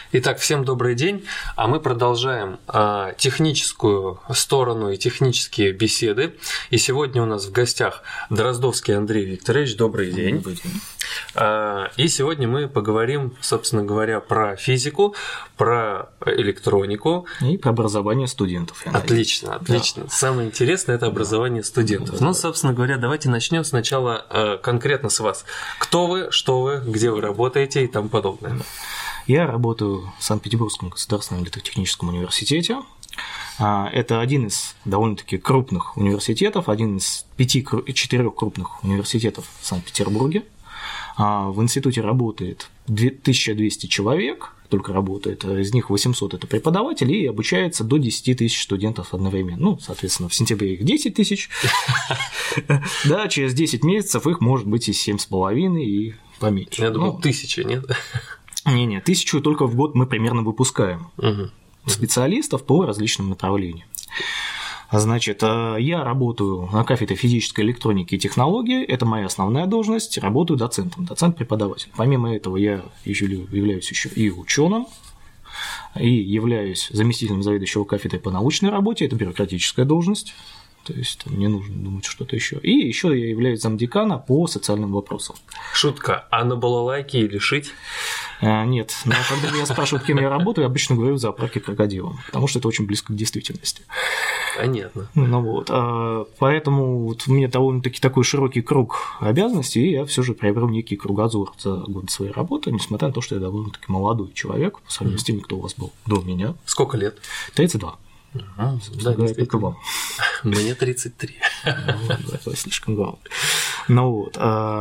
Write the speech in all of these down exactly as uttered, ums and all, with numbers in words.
Итак, всем добрый день, а мы продолжаем а, техническую сторону и технические беседы. И сегодня у нас в гостях Дроздовский Андрей Викторович. Добрый день. Добрый день. А, и сегодня мы поговорим, собственно говоря, про физику, про электронику. И про образование студентов. Отлично, отлично. Да. Самое интересное – это образование студентов. Да. Ну, собственно говоря, давайте начнем сначала а, конкретно с вас. Кто вы, что вы, где вы работаете и тому подобное. Я работаю в Санкт-Петербургском государственном электротехническом университете. Это один из довольно-таки крупных университетов, один из пяти-четырех крупных университетов в Санкт-Петербурге. В институте работает тысяча двести человек, только работает, из них восемьсот – это преподаватели, и обучается до десять тысяч студентов одновременно. Ну, соответственно, в сентябре их десять тысяч, да, через десять месяцев их может быть и семь с половиной, и поменьше. Я думаю, тысяча, нет? Не-не, тысячу только в год мы примерно выпускаем угу. специалистов по различным направлениям. Значит, я работаю на кафедре физической электроники и технологии, это моя основная должность, работаю доцентом, доцент-преподаватель. Помимо этого я еще являюсь еще и ученым, и являюсь заместителем заведующего кафедрой по научной работе, это бюрократическая должность. То есть не нужно думать что-то еще. И еще я являюсь замдекана по социальным вопросам. Шутка, а на балалайке или шить? А, нет, но когда меня спрашивают, кем я работаю, я обычно говорю зоопарке крокодилом, потому что это очень близко к действительности. Понятно. Ну вот, а, поэтому вот у меня довольно-таки такой широкий круг обязанностей, и я все же приобрел некий кругозор за годы своей работы, несмотря на то, что я довольно-таки молодой человек по сравнению mm-hmm. с теми, кто у вас был до меня. Сколько лет? тридцать два. Ага, да, только вам. Мне тридцать три. Это слишком главное. Ну вот.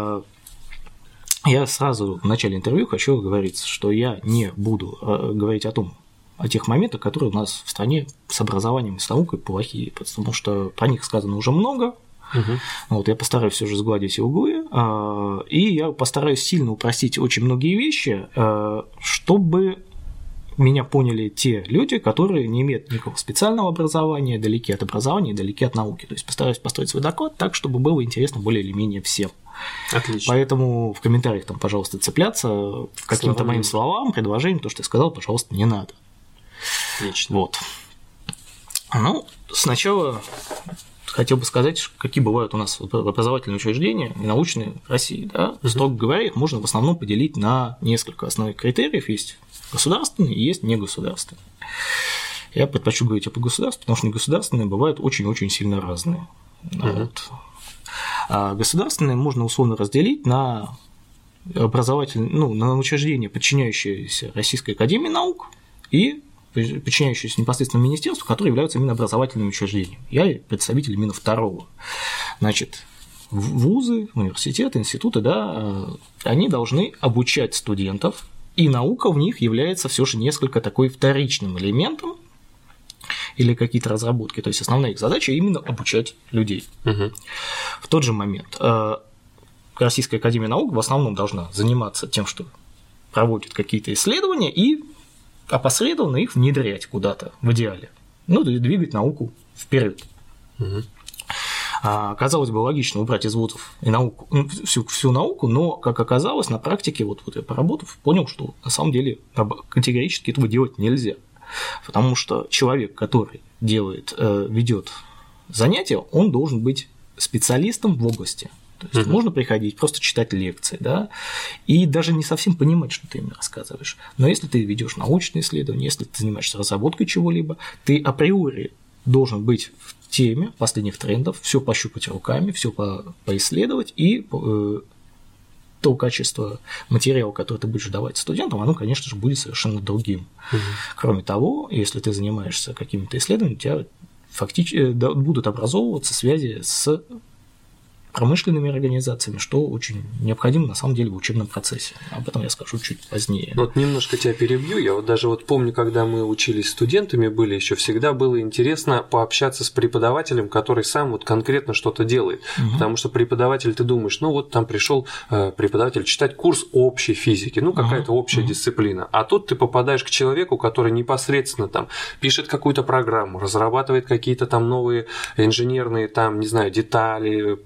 Я сразу в начале интервью хочу говорить, что я не буду говорить о том, о тех моментах, которые у нас в стране с образованием и с наукой плохие, потому что про них сказано уже много. Угу. Вот, я постараюсь все же сгладить углы, и я постараюсь сильно упростить очень многие вещи, чтобы меня поняли те люди, которые не имеют никакого специального образования, далеки от образования, далеки от науки. То есть постараюсь построить свой доклад так, чтобы было интересно более или менее всем. Отлично. Поэтому в комментариях там, пожалуйста, цепляться к каким-то моим словам, предложениям, то, что я сказал, пожалуйста, не надо. Отлично. Вот. Ну, сначала хотел бы сказать, какие бывают у нас образовательные учреждения и научные в России. Да? Uh-huh. Строго говоря, их можно в основном поделить на несколько основных критериев. Есть государственные и есть негосударственные. Я предпочту говорить о государственных, потому что негосударственные бывают очень-очень сильно разные. Uh-huh. Вот. А государственные можно условно разделить на образовательные, ну, на учреждения, подчиняющиеся Российской академии наук, и подчиняющиеся непосредственно министерству, которые являются именно образовательными учреждениями. Я представитель именно второго. Значит, вузы, университеты, институты, да, они должны обучать студентов, и наука в них является все же несколько такой вторичным элементом или какие-то разработки. То есть основная их задача именно обучать людей. Угу. В тот же момент Российская академия наук в основном должна заниматься тем, что проводит какие-то исследования и опосредованно их внедрять куда-то в идеале, ну, двигать науку вперед. Угу. А, казалось бы, логично убрать из вузов и науку, ну, всю, всю науку, но, как оказалось, на практике, вот, вот я поработав, понял, что на самом деле категорически этого делать нельзя, потому что человек, который делает, ведет занятия, он должен быть специалистом в области. То есть uh-huh. можно приходить, просто читать лекции, да, и даже не совсем понимать, что ты им рассказываешь. Но если ты ведешь научные исследования, если ты занимаешься разработкой чего-либо, ты априори должен быть в теме последних трендов, все пощупать руками, все по- поисследовать, и э, то качество материала, который ты будешь давать студентам, оно, конечно же, будет совершенно другим. Uh-huh. Кроме того, если ты занимаешься какими-то исследованиями, у тебя фактически будут образовываться связи с промышленными организациями, что очень необходимо на самом деле в учебном процессе. Об этом я скажу чуть позднее. Вот немножко тебя перебью. Я вот даже вот помню, когда мы учились студентами, были еще всегда было интересно пообщаться с преподавателем, который сам вот конкретно что-то делает. Угу. Потому что преподаватель, ты думаешь, ну вот там пришел преподаватель читать курс общей физики, ну какая-то угу. общая угу. дисциплина. А тут ты попадаешь к человеку, который непосредственно там пишет какую-то программу, разрабатывает какие-то там новые инженерные там, не знаю, детали,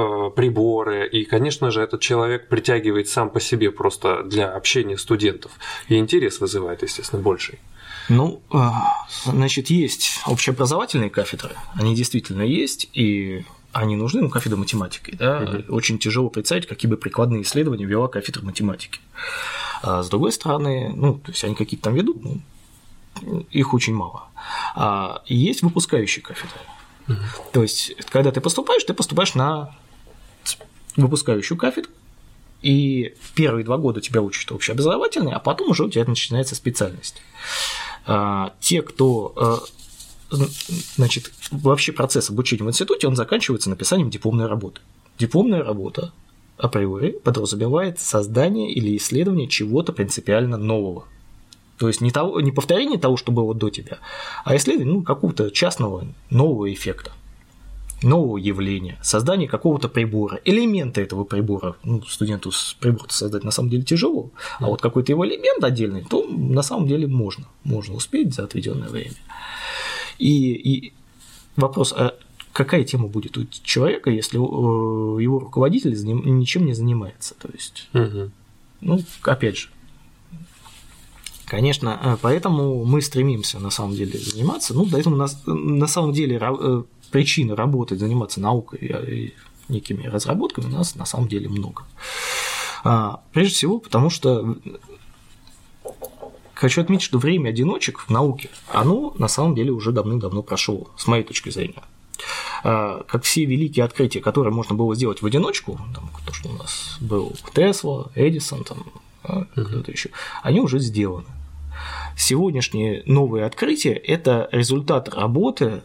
э, приборы, и, конечно же, этот человек притягивает сам по себе просто для общения студентов, и интерес вызывает, естественно, больший. Ну, значит, есть общеобразовательные кафедры, они действительно есть, и они нужны, ну, кафедра математики, да, угу. Очень тяжело представить, какие бы прикладные исследования вела кафедра математики. А с другой стороны, ну, то есть они какие-то там ведут, ну, их очень мало. А есть выпускающие кафедры. Угу. То есть, когда ты поступаешь, ты поступаешь на выпускающую кафедру, и первые два года тебя учат общеобразовательные, а потом уже у тебя начинается специальность. А, те, кто, значит, вообще процесс обучения в институте, он заканчивается написанием дипломной работы. Дипломная работа априори подразумевает создание или исследование чего-то принципиально нового. То есть не, того, не повторение того, что было до тебя, а исследование, ну, какого-то частного нового эффекта, нового явления, создание какого-то прибора, элемента этого прибора. Ну, студенту прибор создать на самом деле тяжело, а вот какой-то его элемент отдельный, то на самом деле можно, можно успеть за отведенное время. И, и вопрос, а какая тема будет у человека, если его руководитель ничем не занимается? То есть, угу. Ну, опять же, конечно, поэтому мы стремимся на самом деле заниматься. Ну, поэтому на, на самом деле причины работать, заниматься наукой и некими разработками у нас на самом деле много. А, прежде всего, потому что хочу отметить, что время одиночек в науке, оно на самом деле уже давным-давно прошло, с моей точки зрения. А, как все великие открытия, которые можно было сделать в одиночку, там, то, что у нас был Тесла, Эдисон, там, а, кто-то еще, они уже сделаны. Сегодняшние новые открытия – это результат работы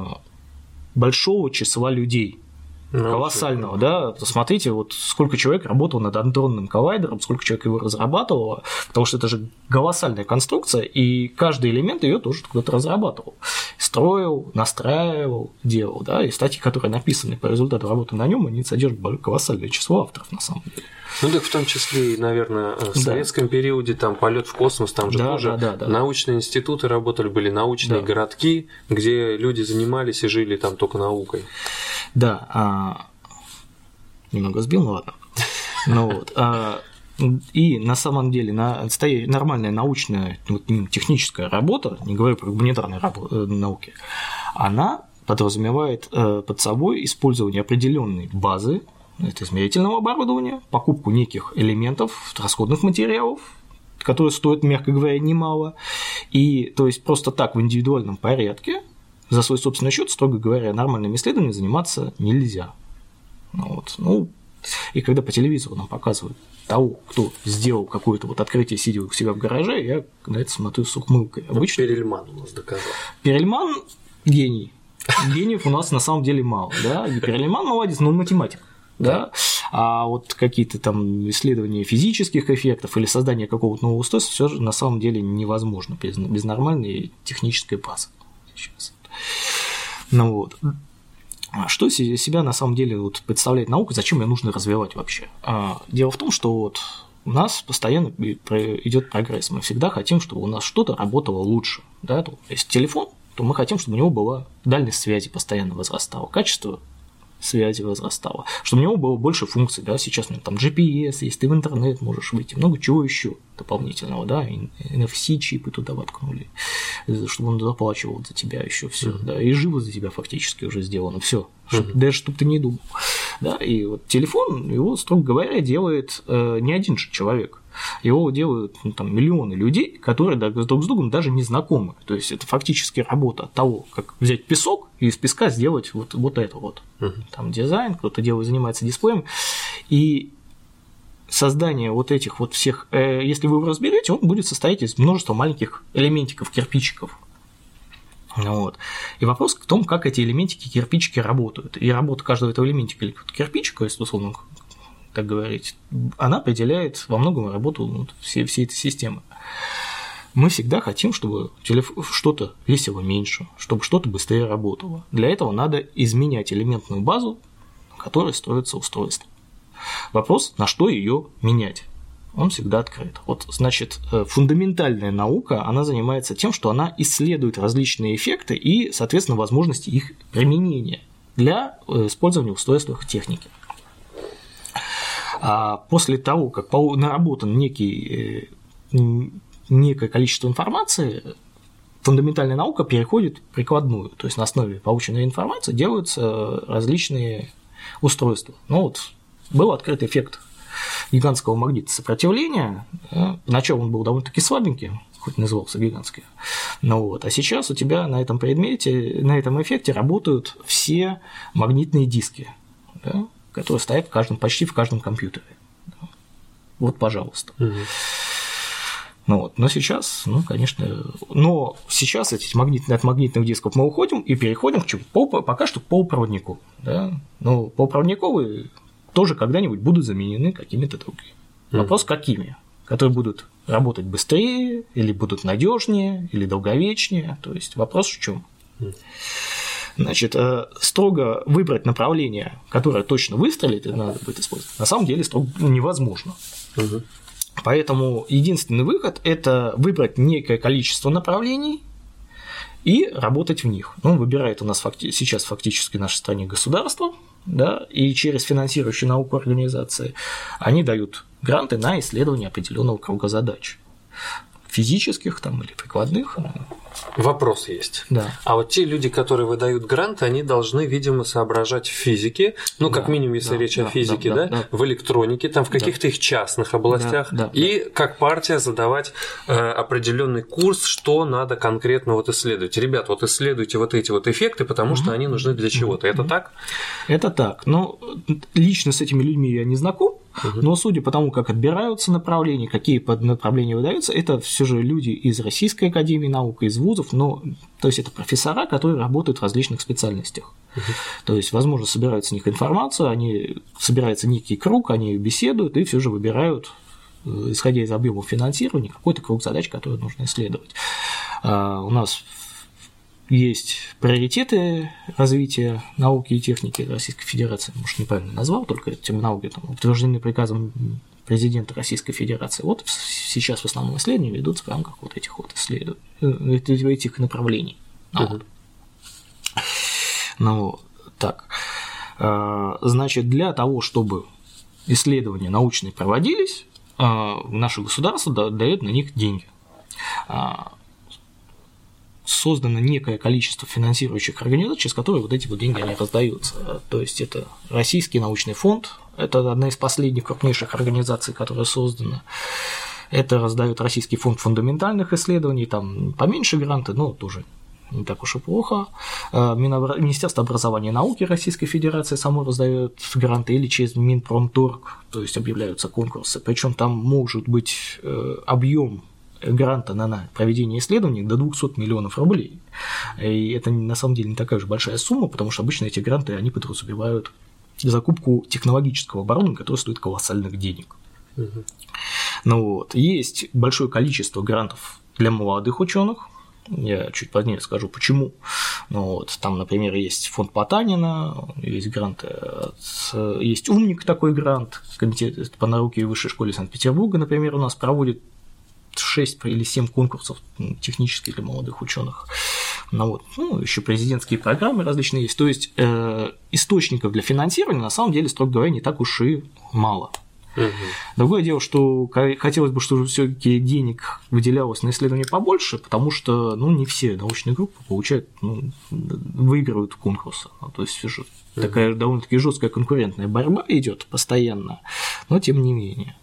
большого числа людей, ну, колоссального, да, смотрите, вот сколько человек работало над адронным коллайдером, сколько человек его разрабатывало, потому что это же колоссальная конструкция, и каждый элемент ее тоже кто-то разрабатывал, строил, настраивал, делал, да, и статьи, которые написаны по результату работы на нем, они содержат колоссальное число авторов на самом деле. Ну так в том числе и, наверное, в советском да. периоде там полет в космос, там же да, тоже да, да, да. научные институты работали, были научные да. городки, где люди занимались и жили там только наукой. Да, а... немного сбил, ну ладно. Ну вот. А... И на самом деле нормальная научная, вот, техническая работа, не говорю про гуманитарные науки, она подразумевает под собой использование определенной базы, это измерительного оборудования, покупку неких элементов, расходных материалов, которые стоят, мягко говоря, немало, и то есть просто так в индивидуальном порядке за свой собственный счет, строго говоря, нормальными исследованиями заниматься нельзя. Вот. Ну, и когда по телевизору нам показывают того, кто сделал какое-то вот открытие, сидя у себя в гараже, я на это смотрю с ухмылкой. Обычно... Перельман у нас доказал. Перельман – гений. Гениев у нас на самом деле мало. Да? И Перельман молодец, но он математик. Да? А вот какие-то там исследования физических эффектов или создание какого-то нового устройства все же на самом деле невозможно без, без нормальной технической базы. Сейчас. Ну вот. Что себя на самом деле вот представляет наука, зачем ее нужно развивать вообще? Дело в том, что вот у нас постоянно идет прогресс. Мы всегда хотим, чтобы у нас что-то работало лучше. Да? То, если телефон, то мы хотим, чтобы у него была дальность связи постоянно возрастала, качество связи возрастало, чтобы у него было больше функций, да, сейчас у него там джи пи эс есть, ты в интернет можешь выйти, много чего еще дополнительного, да, эн эф си-чипы туда воткнули, чтобы он заплачивал за тебя еще все, mm-hmm. да, и живо за тебя фактически уже сделано, все, mm-hmm. даже чтобы ты не думал, да, и вот телефон, его, строго говоря, делает э, не один же человек. Его делают ну, там, миллионы людей, которые друг с другом даже не знакомы. То есть это фактически работа от того, как взять песок и из песка сделать вот, вот это вот. Uh-huh. Там дизайн, кто-то делает, занимается дисплеем. И создание вот этих вот всех, э, если вы его разберете, он будет состоять из множества маленьких элементиков, кирпичиков. Вот. И вопрос в том, как эти элементики, кирпичики работают. И работа каждого этого элементика или кирпичика, если условно так говорить, она определяет во многом работу ну, всей, всей этой системы. Мы всегда хотим, чтобы что-то весило меньше, чтобы что-то быстрее работало. Для этого надо изменять элементную базу, на которой строится устройство. Вопрос, на что ее менять, он всегда открыт. Вот, значит, фундаментальная наука, она занимается тем, что она исследует различные эффекты и, соответственно, возможности их применения для использования в устройствах техники. А после того, как наработан некий, некое количество информации, фундаментальная наука переходит в прикладную, то есть на основе полученной информации делаются различные устройства. Ну вот был открыт эффект гигантского магнита сопротивления. Поначалу он был довольно-таки слабенький, хоть назывался гигантский. Ну вот. А сейчас у тебя на этом предмете, на этом эффекте работают все магнитные диски, да, которые стоят в каждом, почти в каждом компьютере. Вот, пожалуйста. Угу. Ну вот. Но сейчас, ну, конечно, но сейчас эти магнитные, от магнитных дисков мы уходим и переходим к чему? Пока что к полупроводнику. Да? Но полупроводниковые тоже когда-нибудь будут заменены какими-то другими. Mm. Вопрос какими? Которые будут работать быстрее, или будут надежнее, или долговечнее. То есть вопрос в чем? Mm. Значит, строго выбрать направление, которое точно выстрелит, это надо будет использовать, на самом деле строго невозможно. Mm-hmm. Поэтому единственный выход – это выбрать некое количество направлений и работать в них. Ну, выбирает у нас факти- сейчас фактически в нашей стране государство, да, и через финансирующие науку организации они дают гранты на исследование определенного круга задач. Физических там, или прикладных. Вопрос есть. Да. А вот те люди, которые выдают гранты, они должны, видимо, соображать в физике, ну, как да, минимум, если да, речь да, о физике, да, да, да, да, в электронике, там, в каких-то да. их частных областях, да, да, и да. как партия задавать э, определенный курс, что надо конкретно вот исследовать. Ребят, вот исследуйте вот эти вот эффекты, потому что mm-hmm. они нужны для чего-то. Это mm-hmm. так? Это так. Но лично с этими людьми я не знаком. Uh-huh. Но судя по тому, как отбираются направления, какие направления выдаются, это все же люди из Российской академии наук, из вузов, но, то есть это профессора, которые работают в различных специальностях. Uh-huh. То есть, возможно, собирают с них информацию, они собирается некий круг, они беседуют и все же выбирают, исходя из объемов финансирования, какой-то круг задач, которые нужно исследовать. А у нас есть приоритеты развития науки и техники Российской Федерации, может, неправильно назвал, только терминология там, утверждены приказом президента Российской Федерации. Вот сейчас в основном исследования ведутся в рамках вот этих вот исследований, этих направлений. Uh-huh. Ну, так. Значит, для того, чтобы исследования научные проводились, наше государство дает на них деньги. Создано некое количество финансирующих организаций, через которые вот эти вот деньги они раздаются. То есть это Российский научный фонд, это одна из последних крупнейших организаций, которая создана. Это раздает Российский фонд фундаментальных исследований, там поменьше гранты, но тоже не так уж и плохо. Министерство образования и науки Российской Федерации само раздает гранты или через Минпромторг, то есть объявляются конкурсы. Причем там может быть объем гранта на проведение исследований до двухсот миллионов рублей. И это на самом деле не такая уж большая сумма, потому что обычно эти гранты они подразумевают закупку технологического оборудования, которое стоит колоссальных денег. Угу. Ну вот. Есть большое количество грантов для молодых ученых. Я чуть позднее скажу, почему. Ну, вот, там, например, есть фонд Потанина, есть гранты, от... есть «Умник» такой грант, комитет по науке и высшей школе Санкт-Петербурга, например, у нас проводит шесть или семь конкурсов технических для молодых ученых. Ну, вот. Ну, еще президентские программы различные есть. То есть э, источников для финансирования на самом деле, строго говоря, не так уж и мало. Угу. Другое дело, что хотелось бы, чтобы все-таки денег выделялось на исследования побольше, потому что ну, не все научные группы получают, ну, выигрывают конкурсы. Ну, то есть уже угу. такая довольно-таки жесткая конкурентная борьба идет постоянно, но тем не менее.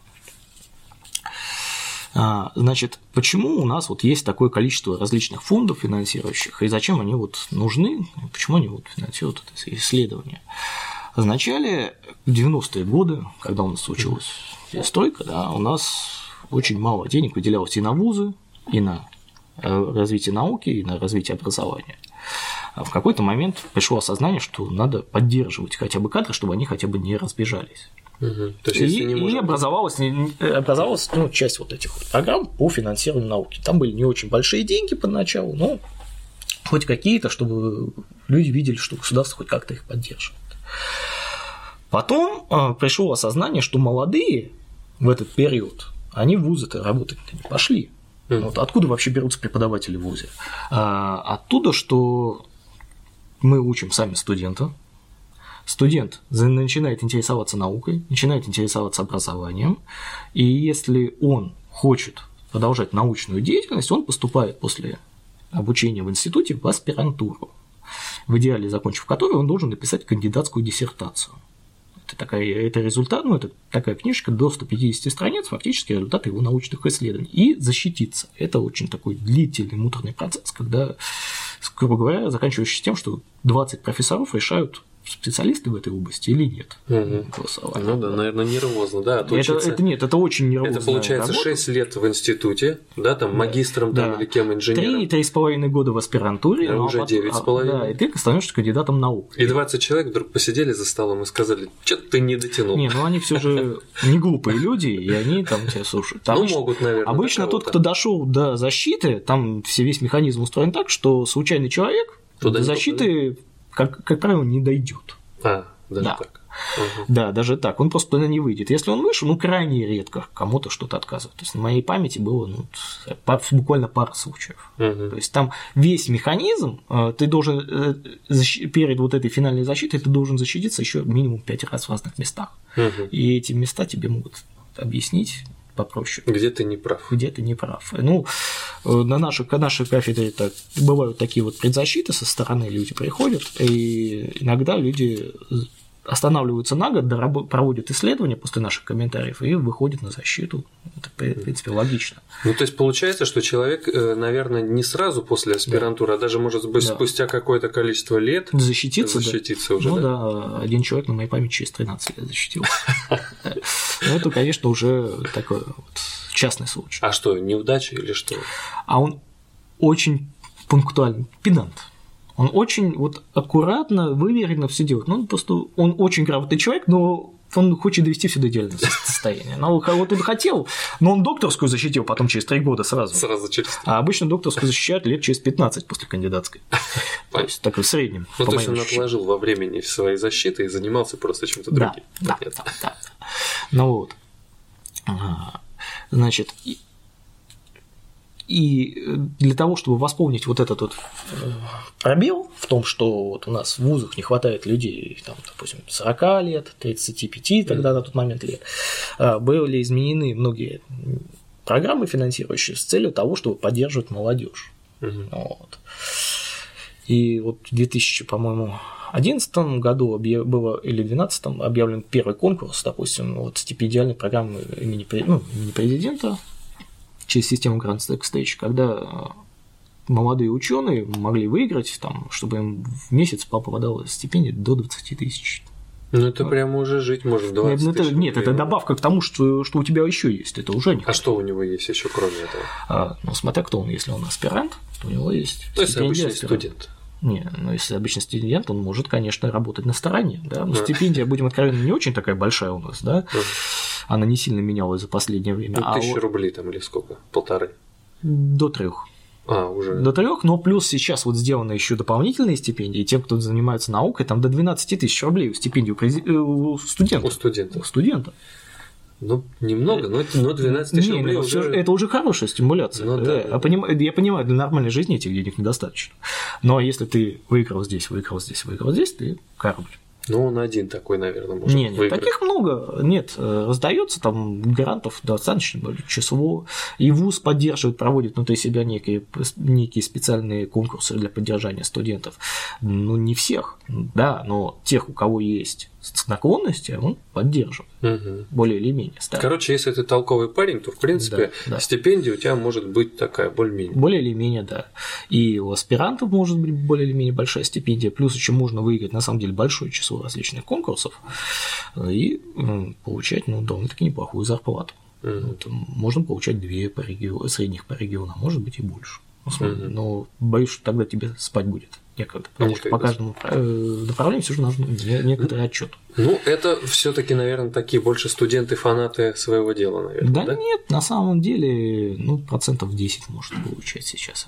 Значит, почему у нас вот есть такое количество различных фондов финансирующих, и зачем они вот нужны, почему они вот финансируют это исследование? Вначале, в девяностые годы, когда у нас случилась перестройка, да, у нас очень мало денег выделялось и на вузы, и на развитие науки, и на развитие образования. А в какой-то момент пришло осознание, что надо поддерживать хотя бы кадры, чтобы они хотя бы не разбежались. Угу. То есть, и, не можем... и образовалась, образовалась ну, часть вот этих вот программ по финансированию науки. Там были не очень большие деньги поначалу, но хоть какие-то, чтобы люди видели, что государство хоть как-то их поддерживает. Потом э, пришло осознание, что молодые в этот период, они в вузы-то работать-то не пошли. Mm. Вот откуда вообще берутся преподаватели в вузе? А, оттуда, что мы учим сами студента, студент начинает интересоваться наукой, начинает интересоваться образованием, и если он хочет продолжать научную деятельность, он поступает после обучения в институте в аспирантуру, в идеале закончив которую он должен написать кандидатскую диссертацию. Это, такая, это результат, ну, это такая книжка до ста пятидесяти страниц, фактически результат его научных исследований. И защититься. Это очень такой длительный, муторный процесс, когда, грубо говоря, заканчивающийся тем, что двадцать профессоров решают, специалисты в этой области или нет. Угу. Ну да, наверное, нервозно, да, это, это нет, это очень нервозно. Это получается шесть лет в институте, да, там магистром да. там, или кем, инженером. три, три с половиной года в аспирантуре. Да, ну, уже а девять с половиной. Да, и ты становишься кандидатом наук. И двадцать человек вдруг посидели за столом и сказали, что-то ты не дотянул. Не, ну они все же не глупые люди, и они там тебя слушают. Ну, могут, наверное. Обычно тот, кто дошел до защиты, там все весь механизм устроен так, что случайный человек до защиты, как, как правило, не дойдет. А, даже да. так. Угу. Да, даже так. Он просто туда не выйдет. Если он вышел, ну, крайне редко кому-то что-то отказывают. То есть на моей памяти было ну, буквально пара случаев. Угу. То есть там весь механизм, ты должен перед вот этой финальной защитой ты должен защититься еще минимум пять раз в разных местах. Угу. И эти места тебе могут объяснить попроще. Где ты не прав. Где ты не прав. Ну, на нашей, на нашей кафедре так, бывают такие вот предзащиты, со стороны люди приходят, и иногда люди останавливаются на год, проводят исследования после наших комментариев и выходят на защиту. Это, в принципе, логично. Ну, то есть, получается, что человек, наверное, не сразу после аспирантуры, да. а даже, может быть, да. спустя какое-то количество лет защититься, защититься да. уже. Ну да? да, один человек на моей памяти через тринадцать лет защитил. Ну, это, конечно, уже такой частный случай. А что, неудача или что? А он очень пунктуальный, педант. Он очень вот аккуратно, выверенно все делает. Ну, он просто он очень грамотный человек, но он хочет довести все до идеального состояния. Ну, вот он хотел, но он докторскую защитил потом через три года сразу. Сразу через три. А обычно докторскую защищают лет через пятнадцать после кандидатской. То есть, так в среднем. Ну, то есть, он отложил во времени своей защиты и занимался просто чем-то другим. Да, да, да. Ну вот. Значит, и для того, чтобы восполнить вот этот вот пробел в том, что вот у нас в вузах не хватает людей, там, допустим, сорок лет, тридцать пять тогда на тот момент лет, были изменены многие программы, финансирующие с целью того, чтобы поддерживать молодежь. Mm-hmm. Вот. И вот в две тысячи, по-моему, одиннадцатом году было, или двенадцатом объявлен первый конкурс, допустим, вот стипендиальной программы имени, ну, имени президента через систему Grand Stage, когда молодые ученые могли выиграть, там, чтобы им в месяц попадала стипендия до двадцати тысяч. Ну, это вот. Прямо уже жить может двадцать нет, тысяч. Это, нет, это добавка к тому, что, что у тебя еще есть. Это уже не. А что у него есть еще кроме этого? А, ну, смотря кто он, если он аспирант, то у него есть. То есть обычный студент. Не, ну если обычный студент, он может, конечно, работать на стороне, да. Но стипендия, будем откровенны, не очень такая большая у нас, да. Она не сильно менялась за последнее время. Ну, тысяча рублей там или сколько? Полторы? До трех. А, уже. До трех, но плюс сейчас вот сделаны еще дополнительные стипендии. Тем, кто занимается наукой, там до двенадцати тысяч рублей стипендию у студента. У студента. У студента. Ну, немного, но, но двенадцать тысяч рублей не, уже... Это уже хорошая стимуляция. Ну, да, да, да, я, да. Понимаю, я понимаю, для нормальной жизни этих денег недостаточно. Но если ты выиграл здесь, выиграл здесь, выиграл здесь, ты корабль. Ну, он один такой, наверное, может нет, нет, выиграть. Таких много. Нет, раздается там грантов достаточно число. И вуз поддерживает, проводит внутри себя некие, некие специальные конкурсы для поддержания студентов. Ну, не всех, да, но тех, у кого есть наклонности, он поддерживает. Угу. Более или менее. Ставит. Короче, если ты толковый парень, то, в принципе, да, да. стипендия у тебя может быть такая, более-менее. Более или менее, да. И у аспирантов может быть более или менее большая стипендия, плюс еще можно выиграть, на самом деле, большое число различных конкурсов и получать, ну, довольно-таки неплохую зарплату. Угу. Вот, можно получать две по региону, средних по региону, а может быть и больше. Угу. Но боюсь, что тогда тебе спать будет некогда, потому что по каждому направлению все же нужен некоторый отчет. Ну, это все-таки, наверное, такие больше студенты-фанаты своего дела, наверное. Да, да? Нет, на самом деле, ну, процентов десять может получать сейчас.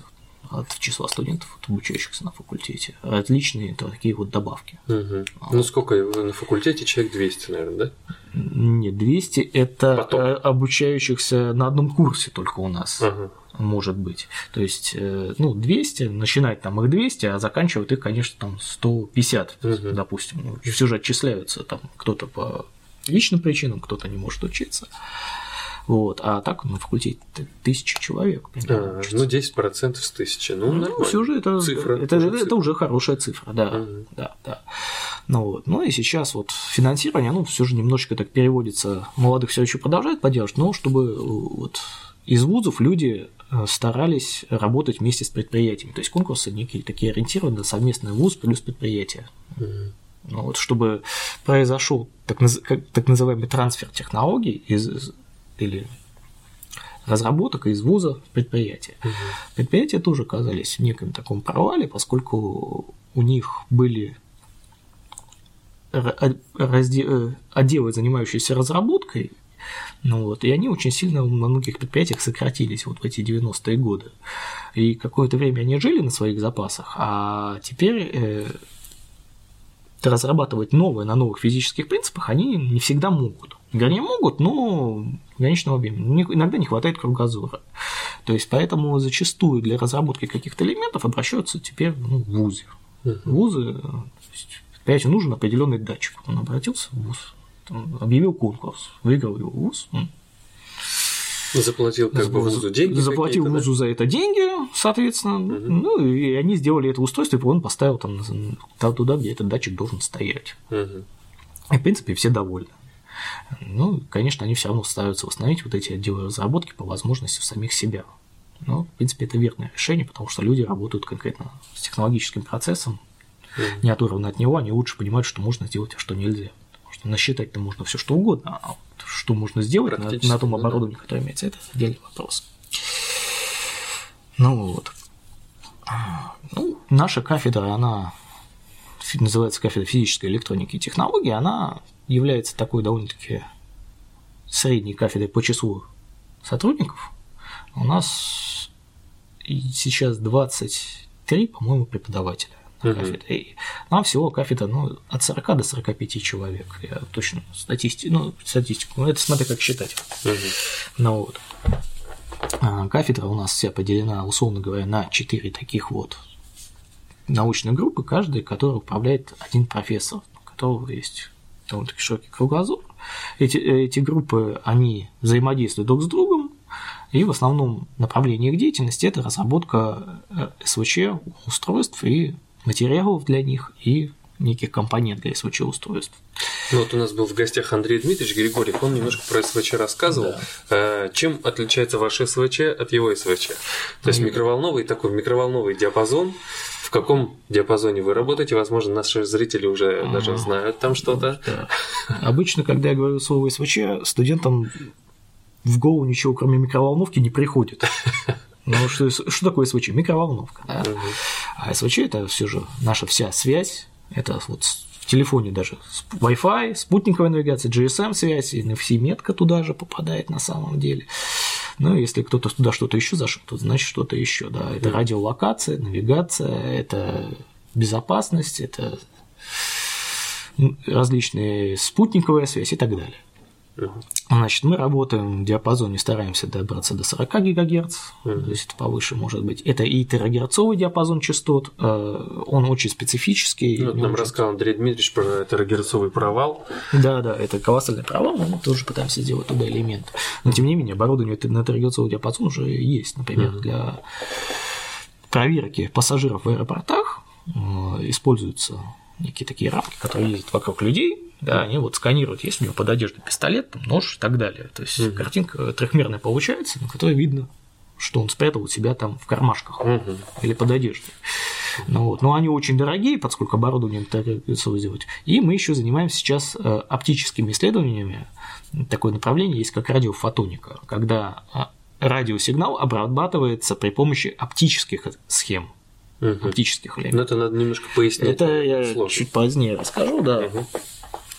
от числа студентов, от обучающихся на факультете. Различные такие вот добавки. Угу. Ну, сколько на факультете? Человек двести, наверное, да? Нет, двести – это Потом. Обучающихся на одном курсе только у нас. Ага. Может быть. То есть, ну, двести, начинать там их двести, а заканчивают их, конечно, там сто пятьдесят, угу. допустим. Ну, все же отчисляются, там кто-то по личным причинам, кто-то не может учиться. Вот. А так на факультете тысяча человек. А, ну, десять процентов с тысячи. Ну, ну все же это, цифра, это, это, цифра. это уже хорошая цифра, да. Угу. да, да. Ну, вот. Ну и сейчас вот финансирование, оно все же немножечко так переводится, молодых все еще продолжает поддерживать, но чтобы вот из вузов люди старались работать вместе с предприятиями. То есть конкурсы некие такие ориентированы на совместный вуз плюс предприятие. Mm-hmm. Ну, вот, чтобы произошел так, так называемый трансфер технологий из, или разработок из вуза в предприятие. Mm-hmm. Предприятия тоже оказались в неком таком провале, поскольку у них были отделы, занимающиеся разработкой. Ну вот, и они очень сильно на многих предприятиях сократились вот в эти девяностые годы. И какое-то время они жили на своих запасах, а теперь э, разрабатывать новое на новых физических принципах они не всегда могут. Вернее, могут, но в конечном объеме. Иногда не хватает кругозора. То есть, поэтому зачастую для разработки каких-то элементов обращаются теперь ну, в вузы. Uh-huh. Вузы, предприятию нужен определенный датчик. Он обратился в вуз. Там, объявил конкурс, выиграл его вуз. Заплатил как бы вузу деньги. Заплатил вузу да? за это деньги, соответственно. Угу. Ну, и они сделали это устройство, и он поставил там туда, где этот датчик должен стоять. Угу. И, в принципе, все довольны. Ну, конечно, они все равно стараются восстановить вот эти отделы разработки по возможности в самих себя. Но, в принципе, это верное решение, потому что люди работают конкретно с технологическим процессом, угу. не оторваны от него, они лучше понимают, что можно сделать, а что нельзя. Насчитать-то можно все что угодно, а вот что можно сделать на, на том оборудовании, которое имеется, это отдельный вопрос. Ну вот. Ну, наша кафедра, она называется кафедра физической электроники и технологий, она является такой довольно-таки средней кафедрой по числу сотрудников. У нас сейчас двадцать три, по-моему, преподавателя. Кафедры. Нам всего кафедра ну, от сорока до сорока пяти человек. Я точно статистику, ну, статистику, ну, это смотри, как считать. Uh-huh. Ну, вот. А, кафедра у нас вся поделена, условно говоря, на четыре таких вот научных группы, каждая, которая управляет один профессор, у которого есть довольно-таки широкий кругозор. Эти, эти группы, они взаимодействуют друг с другом, и в основном направление их деятельности – это разработка эс вэ че устройств и материалов для них и неких компонент для эс вэ че-устройств. Ну, вот у нас был в гостях Андрей Дмитриевич Григорьев, он немножко про эс вэ че рассказывал. Да. Чем отличается ваш эс вэ че от его эс вэ че? То есть, микроволновый такой микроволновый диапазон. В каком диапазоне вы работаете? Возможно, наши зрители уже А-а-а. даже знают там что-то. Да. Обычно, когда я говорю слово эс вэ че, студентам в голову ничего, кроме микроволновки, не приходит. Ну, что, что такое эс вэ че? Микроволновка. Да? Uh-huh. А эс вэ че – это все же наша вся связь. Это вот в телефоне даже Wi-Fi, спутниковая навигация, джи эс эм-связь, эн эф си-метка туда же попадает на самом деле. Ну, если кто-то туда что-то еще зашел, то значит что-то еще. Да? Это uh-huh. радиолокация, навигация, это безопасность, это различные спутниковая связь и так далее. Значит, мы работаем в диапазоне, стараемся добраться до сорока гигагерц, uh-huh. то есть это повыше может быть. Это и терагерцовый диапазон частот, он очень специфический. Ну, нам очень... рассказал Андрей Дмитриевич про терагерцовый провал. Да, да, это колоссальный провал, мы тоже пытаемся сделать туда элемент. Но тем не менее, оборудование на терагерцовый диапазон уже есть, например, uh-huh. для проверки пассажиров в аэропортах используются некие такие рамки, которые ездят вокруг людей. Да, они вот сканируют, есть у него под одеждой пистолет, там, нож и так далее. То есть uh-huh. картинка трехмерная получается, на которой видно, что он спрятал у себя там в кармашках uh-huh. или под одеждой. Ну, вот. Но они очень дорогие, поскольку оборудование требуется сделать. И мы еще занимаемся сейчас оптическими исследованиями. Такое направление есть, как радиофотоника, когда радиосигнал обрабатывается при помощи оптических схем. Uh-huh. Оптических элементов. Но это надо немножко пояснить. Это я сложно. Чуть позднее расскажу, да. Uh-huh.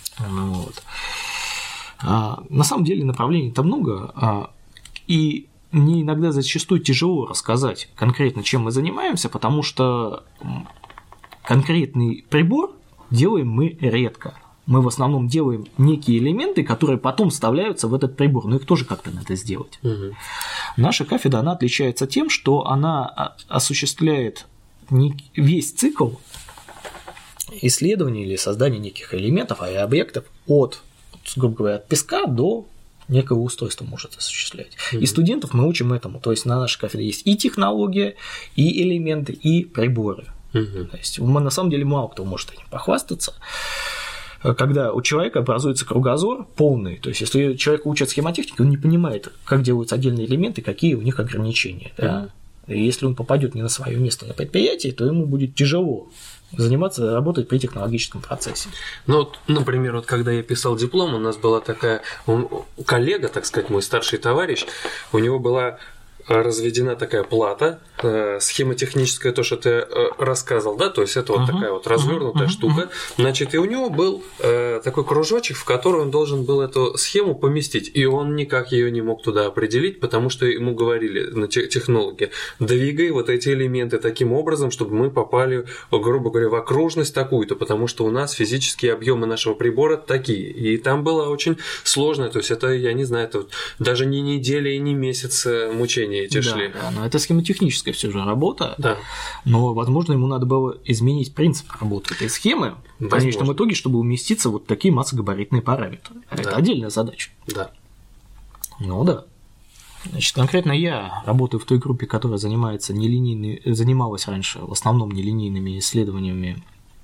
Вот. А, на самом деле направлений-то много, а, и мне иногда зачастую тяжело рассказать конкретно, чем мы занимаемся, потому что конкретный прибор делаем мы редко. Мы в основном делаем некие элементы, которые потом вставляются в этот прибор, но их тоже как-то надо сделать. Угу. Наша кафедра, она отличается тем, что она осуществляет весь цикл исследования или создания неких элементов и объектов от, грубо говоря, от песка до некого устройства может осуществлять. Mm-hmm. И студентов мы учим этому. То есть на нашей кафедре есть и технология, и элементы, и приборы. Mm-hmm. То есть мы, на самом деле мало кто может этим похвастаться. Когда у человека образуется кругозор полный, то есть если человек учит схемотехнику, он не понимает, как делаются отдельные элементы, какие у них ограничения. Mm-hmm. Да? И если он попадет не на свое место на предприятии, то ему будет тяжело заниматься, работать при технологическом процессе. Ну, вот, например, вот когда я писал диплом, у нас была такая он, коллега, так сказать, мой старший товарищ, у него была разведена такая плата, э, схемотехническая, то, что ты э, рассказывал, да, то есть это uh-huh. вот такая вот развернутая uh-huh. штука, uh-huh. значит, и у него был э, такой кружочек, в который он должен был эту схему поместить, и он никак ее не мог туда определить, потому что ему говорили на технологи, двигай вот эти элементы таким образом, чтобы мы попали, грубо говоря, в окружность такую-то, потому что у нас физические объемы нашего прибора такие, и там было очень сложно, то есть это, я не знаю, это даже не неделя и не месяц мучения эти да, шли. Да, но это схемотехническая все же работа, да. но, возможно, ему надо было изменить принцип работы этой схемы в конечном итоге, чтобы уместиться вот такие массогабаритные параметры. Да. Это отдельная задача. Да. Ну да. Значит, конкретно я работаю в той группе, которая занимается нелинейной, занималась раньше в основном нелинейными исследованиями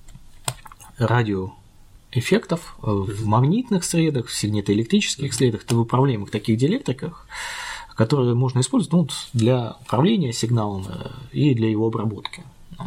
радиоэффектов в магнитных средах, в сигнитоэлектрических средах, в управляемых таких диэлектриках, которые можно использовать ну, для управления сигналом и для его обработки.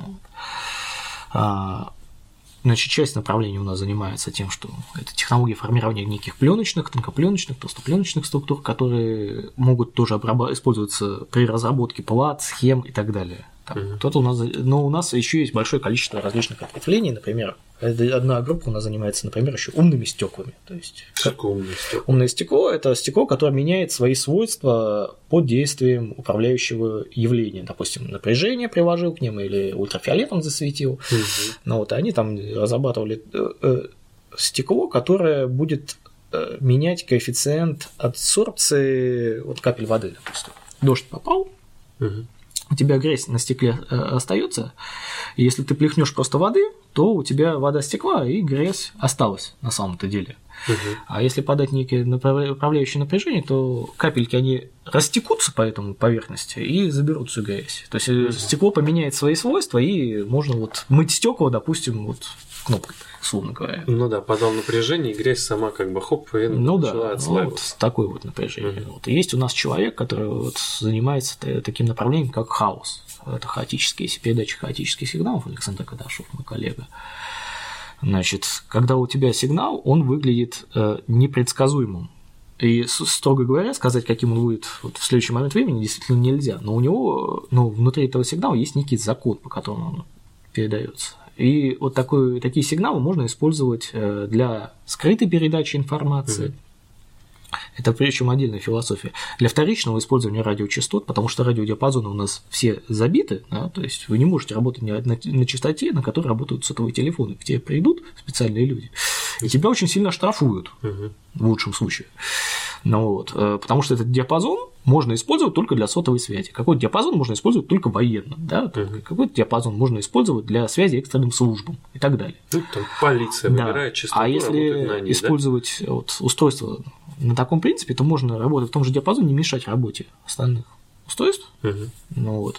Значит, часть направления у нас занимается тем, что это технология формирования неких пленочных, тонкопленочных, толстопленочных структур, которые могут тоже обраб... использоваться при разработке плат, схем и так далее. Там, mm-hmm. кто-то у нас... Но у нас еще есть большое количество различных ответвлений, например, одна группа у нас занимается, например, еще умными стеклами. То есть, как умное стекло? Умное стекло – это стекло, которое меняет свои свойства под действием управляющего явления. Допустим, напряжение приложил к ним или ультрафиолетом засветил. Mm-hmm. Ну, вот они там разрабатывали стекло, которое будет менять коэффициент адсорбции от капель воды, допустим. Дождь попал, mm-hmm. у тебя грязь на стекле остается, и если ты плюхнешь просто воды, то у тебя вода стекла и грязь осталась на самом-то деле. Угу. А если подать некие управляющие напряжения, то капельки они растекутся по этому поверхности и заберут всю грязь. То есть угу. стекло поменяет свои свойства, и можно вот мыть стекла, допустим, вот кнопкой, условно говоря. Ну да, подал напряжение, и грязь сама как бы хоп, и ну начала да, отслаиваться. Вот такое вот напряжение. Угу. Вот. И есть у нас человек, который вот занимается таким направлением, как хаос. Это хаотические, передача хаотических сигналов, Александр Кадашов, мой коллега. Значит, когда у тебя сигнал, он выглядит э, непредсказуемым. И, строго говоря, сказать, каким он будет вот в следующий момент времени, действительно нельзя. Но у него, ну, внутри этого сигнала есть некий закон, по которому он передается. И вот такой, такие сигналы можно использовать для скрытой передачи информации. Mm-hmm. Это причем отдельная философия. Для вторичного использования радиочастот, потому что радиодиапазоны у нас все забиты, да, то есть вы не можете работать на, на, на частоте, на которой работают сотовые телефоны. К тебе придут специальные люди, и тебя очень сильно штрафуют, угу. в лучшем случае. Ну, вот, потому что этот диапазон можно использовать только для сотовой связи. Какой-то диапазон можно использовать только военным, да? Угу. Какой-то диапазон можно использовать для связи экстренным службам и так далее. Ну, там полиция выбирает да. частоту, а если на ней, использовать да? вот, устройство на таком принципе, то можно работать в том же диапазоне, не мешать работе остальных устройств. Угу. Ну, вот,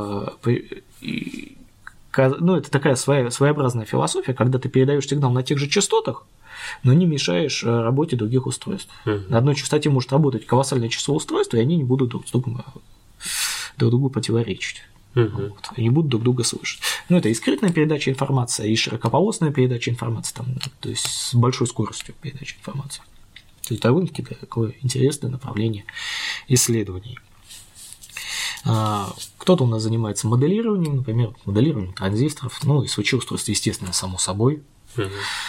и, ну, это такая своя, своеобразная философия, когда ты передаешь сигнал на тех же частотах, но не мешаешь работе других устройств. Uh-huh. На одной частоте может работать колоссальное число устройств, и они не будут друг другу, друг другу противоречить. Uh-huh. Вот, и не будут друг друга слышать. Ну, это и скрытная передача информации, и широкополосная передача информации, там, то есть с большой скоростью передачи информации. То есть довольно-таки такое интересное направление исследований. Кто-то у нас занимается моделированием, например, моделированием транзисторов, ну и свечи устройств, естественно, само собой. Uh-huh.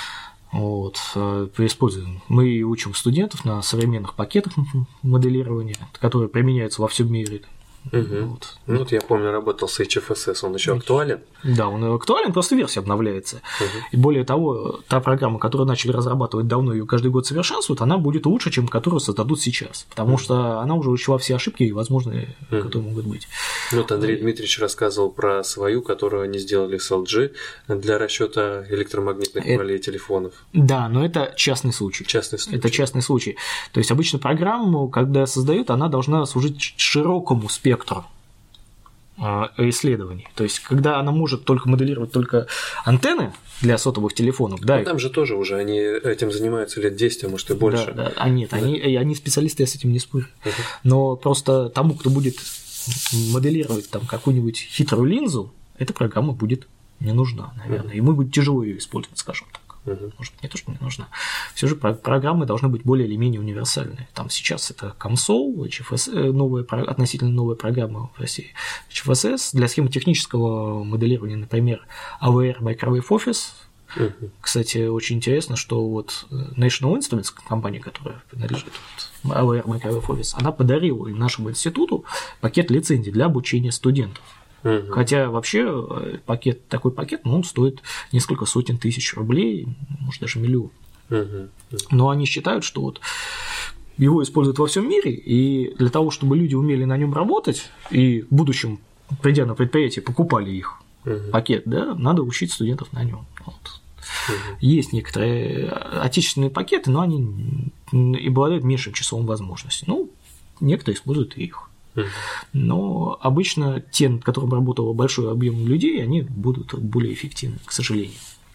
Вот, используем. Мы учим студентов на современных пакетах моделирования, которые применяются во всем мире. Угу. Вот. Ну, вот я помню, работал с эйч эф эс эс, он еще актуален? Да, он актуален, просто версия обновляется. Угу. И более того, та программа, которую начали разрабатывать давно, ее каждый год совершенствуют, она будет лучше, чем которую создадут сейчас, потому угу. что она уже учла все ошибки возможные, угу. которые могут быть. Вот Андрей и... Дмитриевич рассказывал про свою, которую они сделали с эл джи для расчета электромагнитных это... полей телефонов. Да, но это частный случай. Частный случай. Это частный случай. То есть обычно программу, когда создают, она должна служить широкому спектру спектру исследований. То есть, когда она может только моделировать только антенны для сотовых телефонов, да. Но там же тоже уже они этим занимаются лет десять, а может и больше. Да, да. А нет, да. Они, они специалисты, я с этим не спорю. Uh-huh. Но просто тому, кто будет моделировать там какую-нибудь хитрую линзу, эта программа будет не нужна, наверное. Uh-huh. Ему будет тяжело ее использовать, скажем так. Uh-huh. Может быть, не то, что не нужна. Все же программы должны быть более или менее универсальные. Там сейчас это Комсол, эйч эф эс, новая, относительно новая программа в России, эйч эф эс эс. Для схемотехнического моделирования, например, эй ви ар Microwave Office. Uh-huh. Кстати, очень интересно, что вот National Instruments, компания, которая принадлежит эй ви ар Microwave Office, она подарила нашему институту пакет лицензий для обучения студентов. Uh-huh. Хотя вообще пакет, такой пакет, ну, он стоит несколько сотен тысяч рублей, может даже миллион. Uh-huh. Uh-huh. Но они считают, что вот его используют во всем мире, и для того, чтобы люди умели на нем работать, и в будущем, придя на предприятие, покупали их uh-huh. пакет, да, надо учить студентов на нем. Вот. Uh-huh. Есть некоторые отечественные пакеты, но они и обладают меньшим числом возможностей. Ну, некоторые используют и их. Но обычно те, над которыми работало большой объем людей, они будут более эффективны, к сожалению.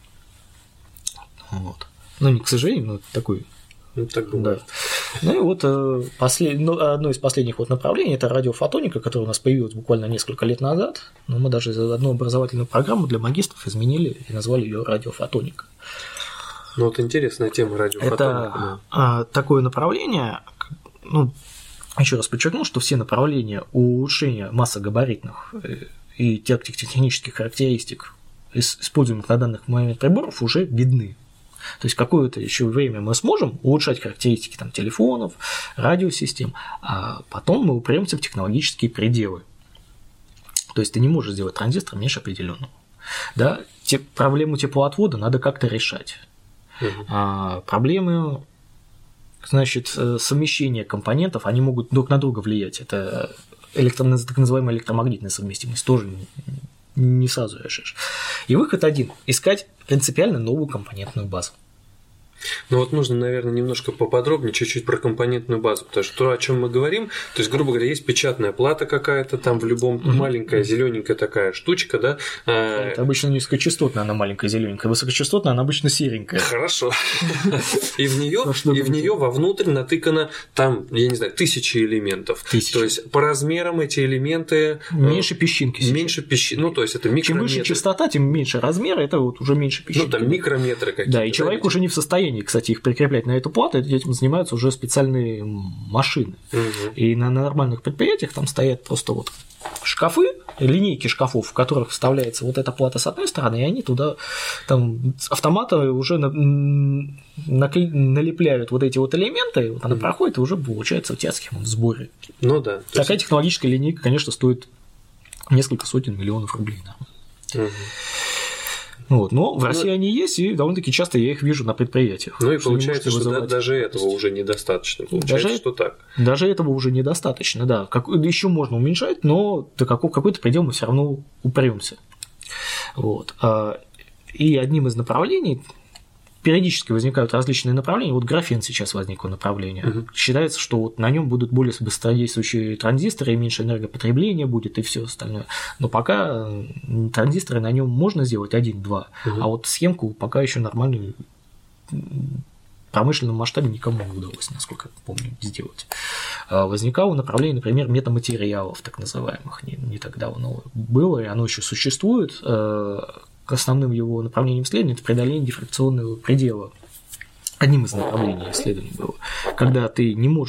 Вот. Ну, не к сожалению, но такой. Ну, так бывает. Да. Ну и вот послед... ну, одно из последних вот направлений – это радиофотоника, которая у нас появилась буквально несколько лет назад. Но мы даже одну образовательную программу для магистров изменили и назвали ее радиофотоника. Ну, вот интересная тема радиофотоника. Это да. такое направление, ну, еще раз подчеркну, что все направления улучшения массогабаритных и технических характеристик, используемых на данный момент приборов, уже видны. То есть какое-то еще время мы сможем улучшать характеристики там, телефонов, радиосистем, а потом мы упремся в технологические пределы. То есть ты не можешь сделать транзистор меньше определенного. Да? Те, проблему теплоотвода надо как-то решать. Угу. А проблемы, значит, совмещение компонентов, они могут друг на друга влиять. Это электро... так называемая электромагнитная совместимость, тоже не сразу решишь. И выход один – искать принципиально новую компонентную базу. Ну вот нужно, наверное, немножко поподробнее, чуть-чуть про компонентную базу, потому что то, о чем мы говорим, то есть, грубо говоря, есть печатная плата какая-то, там в любом mm-hmm. маленькая зелененькая такая штучка, да. Это обычно низкочастотная, она маленькая зелененькая, высокочастотная, она обычно серенькая. Хорошо. И в нее, и в нее вовнутрь натыкано там, я не знаю, тысячи элементов. Тысячи. То есть по размерам эти элементы меньше песчинки. Меньше песчинки. Ну то есть это микрометры. Чем выше частота, тем меньше размер, это вот уже меньше песчинки. Ну там микрометры какие-то. Да, и человек да, уже не в состоянии, кстати, их прикреплять на эту плату, этим занимаются уже специальные машины. Угу. И на нормальных предприятиях там стоят просто вот шкафы, линейки шкафов, в которых вставляется вот эта плата с одной стороны, и они туда там автоматы уже на, накле, налепляют вот эти вот элементы, вот она угу. проходит, и уже получается у тебя схема в сборе. Ну да. Такая есть... технологическая линейка, конечно, стоит несколько сотен миллионов рублей. Да. Угу. Вот, но в России ну, они есть, и довольно-таки часто я их вижу на предприятиях. Ну и получается, что вызывать... даже этого уже недостаточно. Получается, даже, что так. Даже этого уже недостаточно, да. Как, еще можно уменьшать, но до какой, какой-то предел мы все равно упремся. Вот. И одним из направлений периодически возникают различные направления. Вот графен сейчас возникло направление. Угу. Считается, что вот на нем будут более быстродействующие транзисторы, и меньше энергопотребления будет, и все остальное. Но пока транзисторы на нем можно сделать один-два, угу. а вот схемку пока еще нормальную в промышленном масштабе никому не удалось, насколько я помню, сделать. Возникало направление, например, метаматериалов, так называемых, не, не так давно было, и оно еще существует. Основным его направлением исследования – это преодоление дифракционного предела. Одним из направлений исследований было. Когда ты не можешь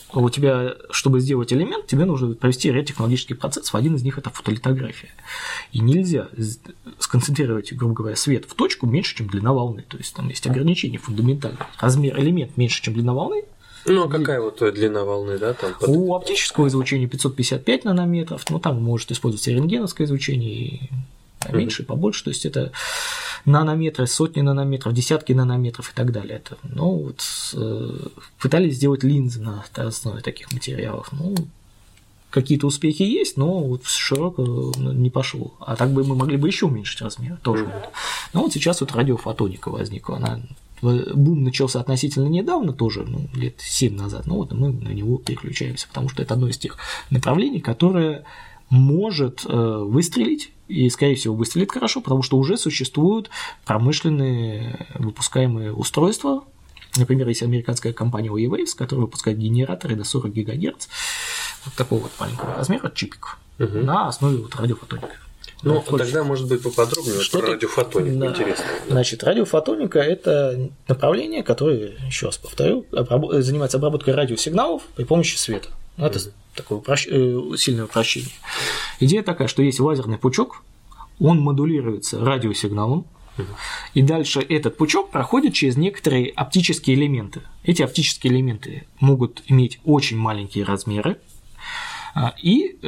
у тебя, чтобы сделать элемент, тебе нужно провести ряд технологических процессов. Один из них – это фотолитография. И нельзя сконцентрировать, грубо говоря, свет в точку меньше, чем длина волны. То есть там есть ограничения фундаментальные. Размер элемент меньше, чем длина волны. Ну, а какая вот длина волны, да? Там под... У оптического излучения пятьсот пятьдесят пять нанометров, ну, там может использоваться и рентгеновское излучение, и меньше, и побольше, то есть это нанометры, сотни нанометров, десятки нанометров и так далее. Это, ну, вот, э, пытались сделать линзы на основе таких материалов, ну, какие-то успехи есть, но вот широко не пошло. А так бы мы могли бы еще уменьшить размер, тоже. Mm-hmm. Вот. Но вот сейчас вот радиофотоника возникла, она... Бум начался относительно недавно, тоже ну, лет семь назад, но вот мы на него переключаемся, потому что это одно из тех направлений, которое может э, выстрелить, и, скорее всего, выстрелит хорошо, потому что уже существуют промышленные выпускаемые устройства. Например, есть американская компания Waves, которая выпускает генераторы до сорок гигагерц, вот такого вот маленького размера, чипик, угу. на основе вот радиофотоники. Ну, да, тогда, может быть, поподробнее вот про радиофотонику, да. Интересно. Да. Значит, радиофотоника – это направление, которое, еще раз повторю, обраб... занимается обработкой радиосигналов при помощи света. Это угу. такое упрощ... сильное упрощение. Идея такая, что есть лазерный пучок, он модулируется радиосигналом, угу. и дальше этот пучок проходит через некоторые оптические элементы. Эти оптические элементы могут иметь очень маленькие размеры, и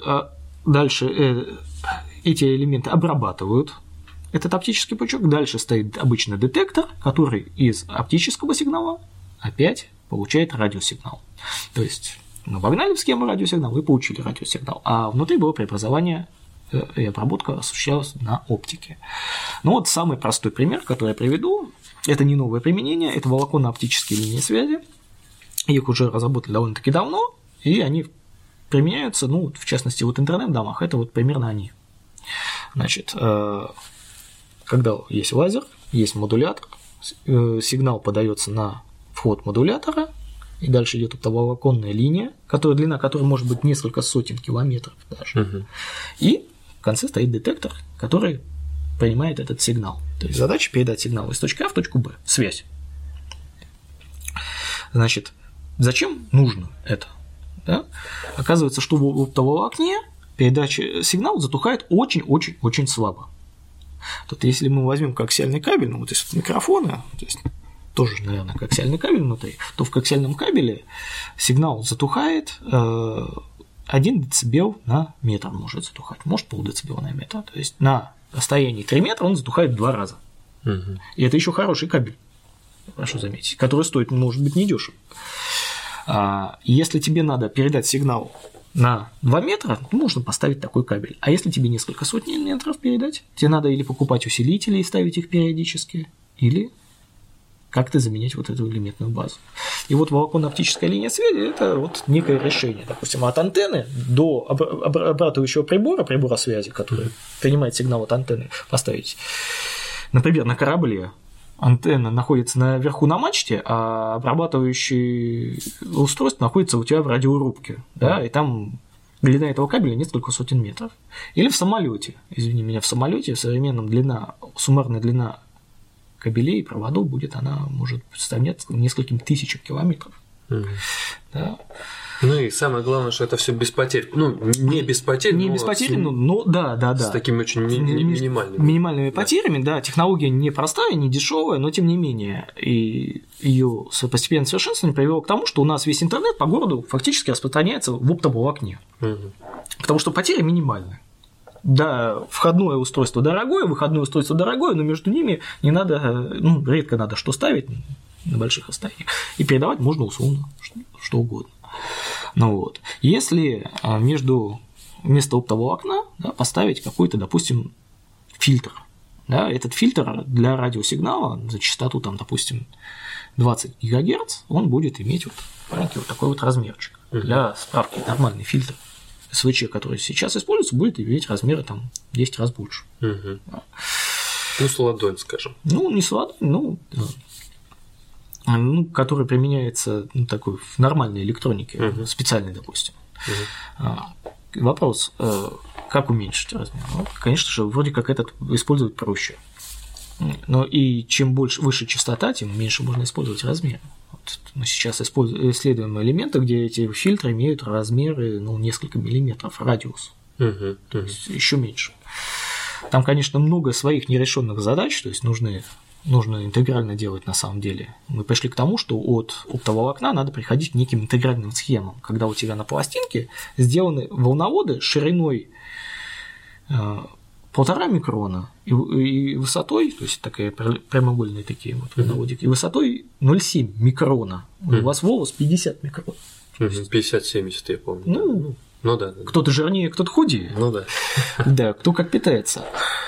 дальше эти элементы обрабатывают этот оптический пучок. Дальше стоит обычный детектор, который из оптического сигнала опять получает радиосигнал. То есть мы вогнали в схему радиосигнал и получили радиосигнал, а внутри было преобразование и обработка осуществлялась на оптике. Ну вот самый простой пример, который я приведу, это не новое применение, это волоконно-оптические линии связи. Их уже разработали довольно-таки давно, и они применяются, ну, в частности, вот в интернет-домах, это вот примерно они. Значит, когда есть лазер, есть модулятор, сигнал подается на вход модулятора, и дальше идет оптоволоконная линия, которая, длина которой может быть несколько сотен километров даже. Угу. И в конце стоит детектор, который принимает этот сигнал. То есть задача передать сигнал из точки А в точку Б. Связь. Значит, зачем нужно это? Да? Оказывается, что в оптоволокне передача сигнала затухает очень-очень-очень слабо. Тут, если мы возьмем коаксиальный кабель, ну вот из микрофона, то есть тоже, наверное, коаксиальный кабель внутри, то в коаксиальном кабеле сигнал затухает один децибел на метр может затухать, может полдецибела на метр. То есть на расстоянии три метра он затухает в два раза. Угу. И это еще хороший кабель, прошу заметить, который стоит, может быть, недешево. Если тебе надо передать сигнал на два метра, можно поставить такой кабель. А если тебе несколько сотен метров передать, тебе надо или покупать усилители и ставить их периодически, или как-то заменять вот эту элементную базу. И вот волоконно-оптическая линия связи – это вот некое решение. Допустим, от антенны до обрабатывающего прибора, прибора связи, который принимает сигнал от антенны, поставить, например, на корабле. Антенна находится наверху на мачте, а обрабатывающее устройство находится у тебя в радиорубке, да, и там длина этого кабеля несколько сотен метров. Или в самолете, извини меня, в самолете в современном длина, суммарная длина кабелей и проводов будет, она может составлять нескольким тысячам километров. Mm-hmm. Да. Ну и самое главное, что это все без потерь. Ну, не без потерь, не но без потерь, с, но, но да, да, да. С такими очень ми- ми- минимальными. Минимальными потерями, да. да. Технология не простая, не дешевая, но тем не менее. И ее постепенное совершенствование привело к тому, что у нас весь интернет по городу фактически распространяется в оптоволокне. Угу. Потому что потери минимальны. Да, входное устройство дорогое, выходное устройство дорогое, но между ними не надо, ну, редко надо что ставить на больших расстояниях. И передавать можно условно, что, что угодно. Ну вот, если между вместо оптоволокна, да, поставить какой-то, допустим, фильтр, да, этот фильтр для радиосигнала за частоту, там, допустим, двадцать гигагерц, он будет иметь вот маленький вот такой вот размерчик. Uh-huh. Для справки нормальный фильтр эс вэ че, который сейчас используется, будет иметь размеры там десять раз больше. Uh-huh. Да. Ну, с ладонь, скажем. Ну, не с ладонь, ну, да. Ну, который применяется, ну, такой в нормальной электронике, uh-huh. специальной, допустим. Uh-huh. Вопрос, как уменьшить размер? Ну, конечно же, вроде как этот использовать проще. Но и чем больше, выше частота, тем меньше можно использовать размер. Вот мы сейчас исследуем элементы, где эти фильтры имеют размеры, ну, несколько миллиметров радиус, uh-huh, то есть еще меньше. Там, конечно, много своих нерешенных задач, то есть нужны, нужно интегрально делать на самом деле. Мы пришли к тому, что от оптоволокна надо приходить к неким интегральным схемам, когда у тебя на пластинке сделаны волноводы шириной полтора микрона и, и высотой, то есть такая прямоугольные такие вот волноводики, и высотой ноль целых семь микрона. Mm-hmm. У вас волос пятьдесят микрон. пятьдесят-семьдесят, я помню. Ну, ну да, да. Кто-то жирнее, кто-то худее. Ну да. Да, кто как питается.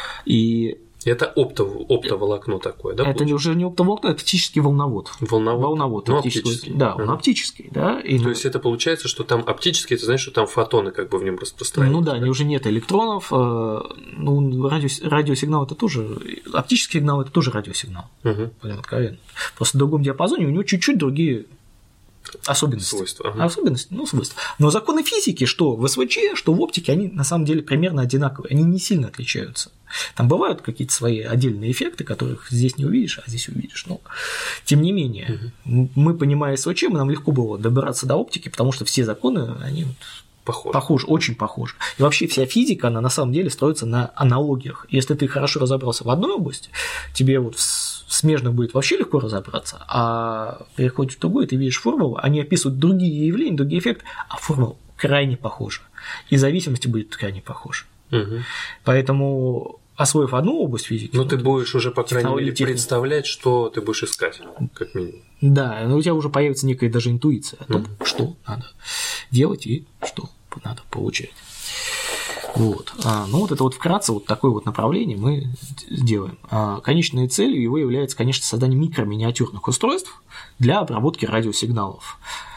И это оптов, оптоволокно такое, да? Это уже не оптоволокно, это оптический волновод. Волновод? Волновод ну, оптический. оптический. Да, он uh-huh. оптический, да. И То ну... есть это получается, что там оптический, это значит, что там фотоны как бы в нем распространяются. Ну да, да? уже нет электронов. Ну, радио, радиосигнал это тоже. Оптический сигнал это тоже радиосигнал. Uh-huh. Прям откровенно. Просто в другом диапазоне у него чуть-чуть другие особенности. Свойства. Ага. Особенности, ну, свойства. Но законы физики, что в СВЧ, что в оптике, они на самом деле примерно одинаковые, они не сильно отличаются. Там бывают какие-то свои отдельные эффекты, которых здесь не увидишь, а здесь увидишь. Но тем не менее, угу. мы, понимая СВЧ, нам легко было добираться до оптики, потому что все законы, они вот похожи. похожи, очень похожи. И вообще вся физика, она на самом деле строится на аналогиях. Если ты хорошо разобрался в одной области, тебе вот в смежных будет вообще легко разобраться, а переходишь в другую, ты видишь формулу, они описывают другие явления, другие эффекты, а формула крайне похожа. И зависимости будет крайне похожа. Угу. Поэтому, освоив одну область физики… Ну, вот, ты будешь уже, по крайней мере, представлять, что ты будешь искать, как минимум. Да, но у тебя уже появится некая даже интуиция о том, угу. что надо делать и что надо получать. Вот. Ну, вот это вот вкратце вот такое вот направление мы делаем. Конечной целью его является, конечно, создание микроминиатюрных устройств для обработки радиосигналов.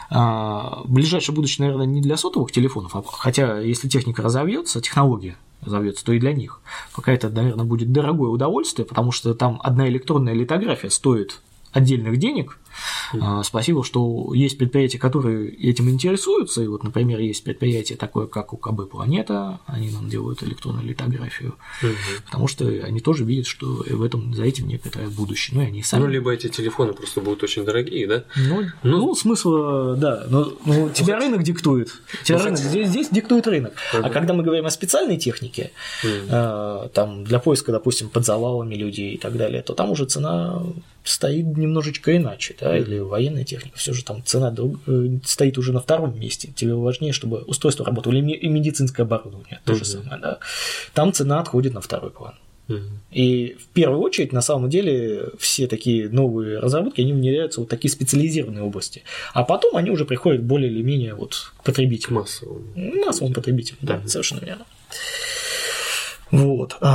В ближайшее будущее, наверное, не для сотовых телефонов, хотя если техника разовьется, технология разовьется, то и для них. Пока это, наверное, будет дорогое удовольствие, потому что там одна электронная литография стоит отдельных денег. Mm-hmm. Спасибо, что есть предприятия, которые этим интересуются. И вот, например, есть предприятие такое, как УКБ «Планета», они нам делают электронную литографию, mm-hmm. потому что они тоже видят, что в этом, за этим некоторое будущее. Ну, и они сами... ну, либо эти телефоны просто будут очень дорогие, да? Ну, ну... ну смысл, да. Но, но тебя рынок диктует. Тебя ну, рынок, здесь, здесь диктует рынок. Mm-hmm. А когда мы говорим о специальной технике, mm-hmm. э, там, для поиска, допустим, под завалами людей и так далее, то там уже цена стоит немножечко иначе, да, или военная техника, все же там цена стоит уже на втором месте. Тебе важнее, чтобы устройство работало, и медицинское оборудование, то uh-huh. же самое, да. Там цена отходит на второй план. Uh-huh. И в первую очередь, на самом деле, все такие новые разработки, они внедряются в вот такие специализированные области. А потом они уже приходят более или менее вот к потребителю. Массовому. Массовому потребителю, да, uh-huh. совершенно верно. Вот.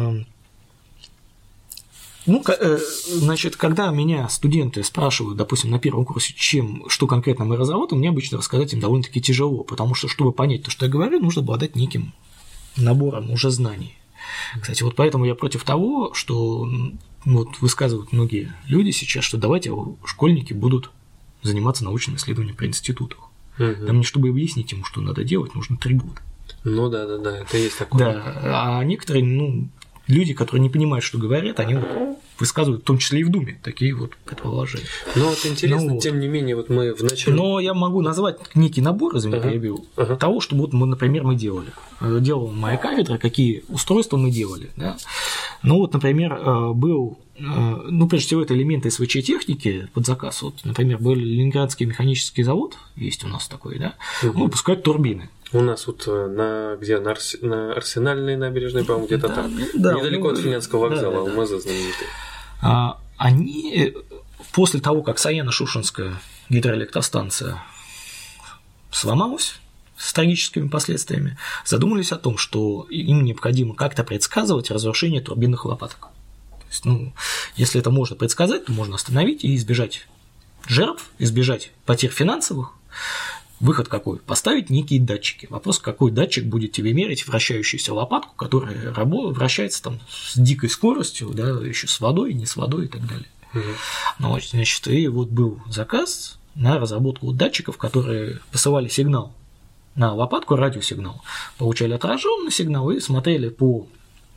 Ну, значит, когда меня студенты спрашивают, допустим, на первом курсе, чем, что конкретно мы разработаем, мне обычно рассказать им довольно-таки тяжело, потому что, чтобы понять то, что я говорю, нужно обладать неким набором уже знаний. Кстати, вот поэтому я против того, что вот высказывают многие люди сейчас, что давайте школьники будут заниматься научным исследованием при институтах. Угу. Да мне, чтобы объяснить ему, что надо делать, нужно три года. Ну да, да, да, это есть такое. Да, а некоторые, ну, люди, которые не понимают, что говорят, они высказывают, в том числе и в Думе, такие вот предположения. Ну, вот интересно, ну, тем не менее, вот мы в начале… Но я могу назвать некий набор, извини, uh-huh. перебил, uh-huh. того, что вот мы, например, мы делали. Делала моя кафедра, какие устройства мы делали. Да? Ну, вот, например, был… Ну, прежде всего, это элементы СВЧ-техники под заказ. Вот, например, был Ленинградский механический завод, есть у нас такой, да, uh-huh. он выпускает турбины. У нас вот на где на, Арс... на Арсенальной набережной, по-моему, где-то да, там, да, недалеко ну, от Финляндского вокзала, да, да, АЛМЗ знаменитый. А, они после того, как Саяно-Шушенская гидроэлектростанция сломалась с трагическими последствиями, задумались о том, что им необходимо как-то предсказывать разрушение турбинных лопаток. То есть, ну, если это можно предсказать, то можно остановить и избежать жертв, избежать потерь финансовых. Выход какой? Поставить некие датчики. Вопрос, какой датчик будет тебе мерить вращающуюся лопатку, которая вращается там с дикой скоростью, да, еще с водой, не с водой и так далее. Угу. Ну, значит, и вот был заказ на разработку датчиков, которые посылали сигнал на лопатку, радиосигнал, получали отраженный сигнал и смотрели по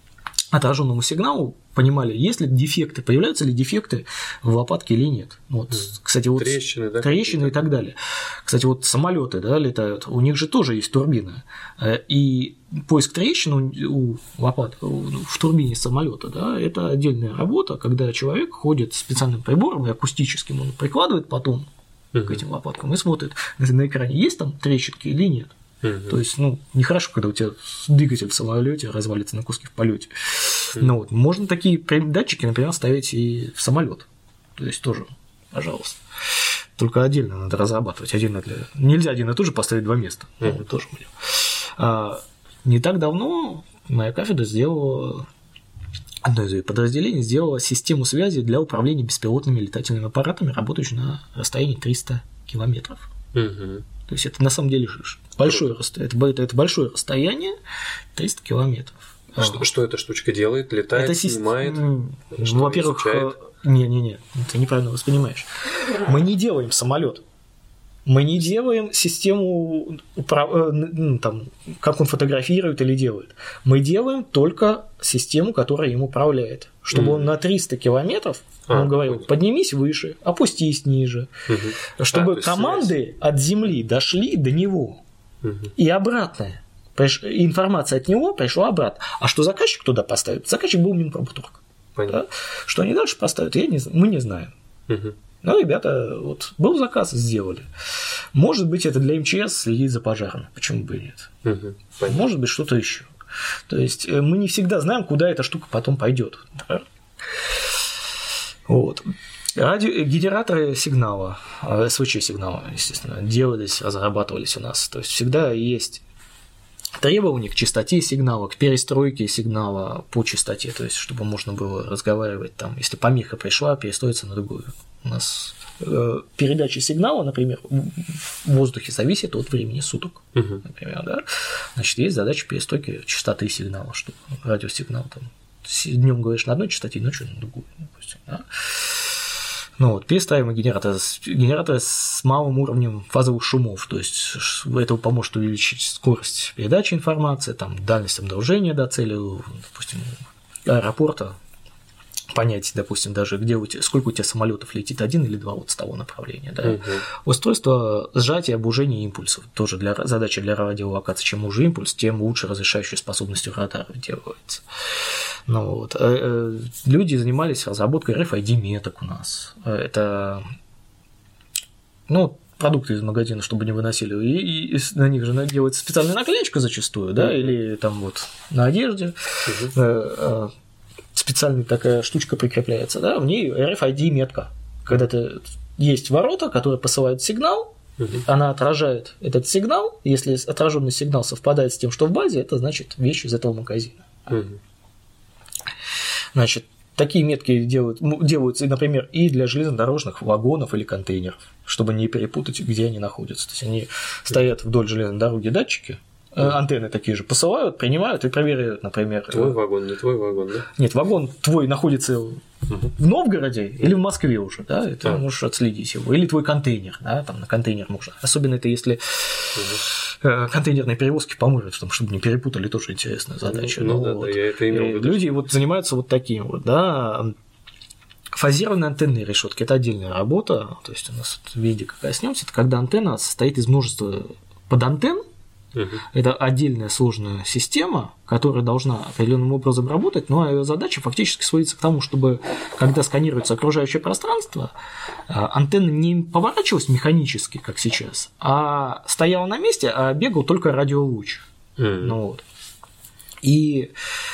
отраженному сигналу понимали, есть ли дефекты, появляются ли дефекты в лопатке или нет. Вот, кстати, вот трещины, да, трещины и так далее. Кстати, вот самолеты, да, летают, у них же тоже есть турбина. И поиск трещин у лопат в турбине самолета, да, это отдельная работа, когда человек ходит с специальным прибором и акустическим, он прикладывает потом uh-huh. к этим лопаткам и смотрит на экране, есть там трещинки или нет. Uh-huh. То есть, ну, нехорошо, когда у тебя двигатель в самолете развалится на куски в полете. Uh-huh. Ну, вот, можно такие датчики, например, ставить и в самолет. То есть тоже, пожалуйста. Только отдельно надо разрабатывать. Отдельно для... Нельзя один и тот же поставить два места. Uh-huh. Тоже а, не так давно моя кафедра сделала, одно из ее подразделений сделала систему связи для управления беспилотными летательными аппаратами, работающими на расстоянии триста километров. Uh-huh. То есть это на самом деле большое расстояние, это, это большое расстояние, триста километров. Что, что эта штучка делает? Летает, это снимает? Ну, во-первых, не-не-не, ты неправильно воспринимаешь. Мы не делаем самолет. Мы не делаем систему, там, как он фотографирует или делает. Мы делаем только систему, которая им управляет. Чтобы mm. он на триста километров, а, он говорил, понял. Поднимись выше, опустись ниже. Угу. Чтобы а, команды связь. От Земли дошли до него. Угу. И обратно. Информация от него пришла обратно. А что заказчик туда поставит? Заказчик был Минпромторг. Да? Что они дальше поставят, я не, мы не знаем. Угу. Но ребята, вот был заказ, сделали. Может быть, это для МЧС следить за пожаром. Почему бы и нет? Угу. Может быть, что-то еще. То есть мы не всегда знаем, куда эта штука потом пойдет. Да? Вот. Радио... Генераторы сигнала, СВЧ-сигнала, естественно, делались, разрабатывались у нас. То есть всегда есть требования к частоте сигнала, к перестройке сигнала по частоте, то есть чтобы можно было разговаривать там, если помеха пришла, перестроиться на другую. У нас э, передача сигнала, например, в воздухе зависит от времени суток, uh-huh. например, да. Значит, есть задача перестройки частоты сигнала, чтобы радиосигнал там днем говоришь на одной частоте, ночью на другую, допустим, да. Ну вот, перестраиваем генераторы, генераторы с малым уровнем фазовых шумов, то есть это поможет увеличить скорость передачи информации, там, дальность обнаружения до цели, допустим, аэропорта, понять, допустим, даже где у тебя, сколько у тебя самолетов летит, один или два вот с того направления. Да? Угу. Устройство сжатия, обужения импульсов, тоже для, задача для радиолокации. Чем уже импульс, тем лучше разрешающей способностью радаров делается. Ну, вот. Люди занимались разработкой эр эф ай ди-меток у нас. Это, ну, продукты из магазина, чтобы не выносили, и, и на них же делается специальная наклеечка зачастую, да, или там вот на одежде. Угу. Специальная такая штучка прикрепляется, да, в ней эр эф ай ди-метка. Когда-то есть ворота, которые посылают сигнал, uh-huh. она отражает этот сигнал, если отраженный сигнал совпадает с тем, что в базе, это значит вещь из этого магазина. Uh-huh. Значит, такие метки делают, делаются, например, и для железнодорожных вагонов или контейнеров, чтобы не перепутать, где они находятся. То есть они uh-huh. стоят вдоль железной дороги датчики, антенны такие же посылают, принимают и проверяют, например. Твой вагон, не твой вагон, да? Нет, вагон твой находится угу. в Новгороде или в Москве уже, да, и ты а. можешь отследить его. Или твой контейнер, да, там на контейнер можно. Особенно это если угу. контейнерные перевозки поможет, чтобы не перепутали, тоже интересная задача. Ну, ну да, вот. да, я это имел в виду. Люди вот занимаются вот таким вот, да. Фазированные антенные решетки – это отдельная работа. То есть у нас в виде, как коснемся, это когда антенна состоит из множества подантенн. Uh-huh. Это отдельная сложная система, которая должна определенным образом работать, но ее задача фактически сводится к тому, чтобы, когда сканируется окружающее пространство, антенна не поворачивалась механически, как сейчас, а стояла на месте, а бегал только радиолуч. Uh-huh. Ну, вот. И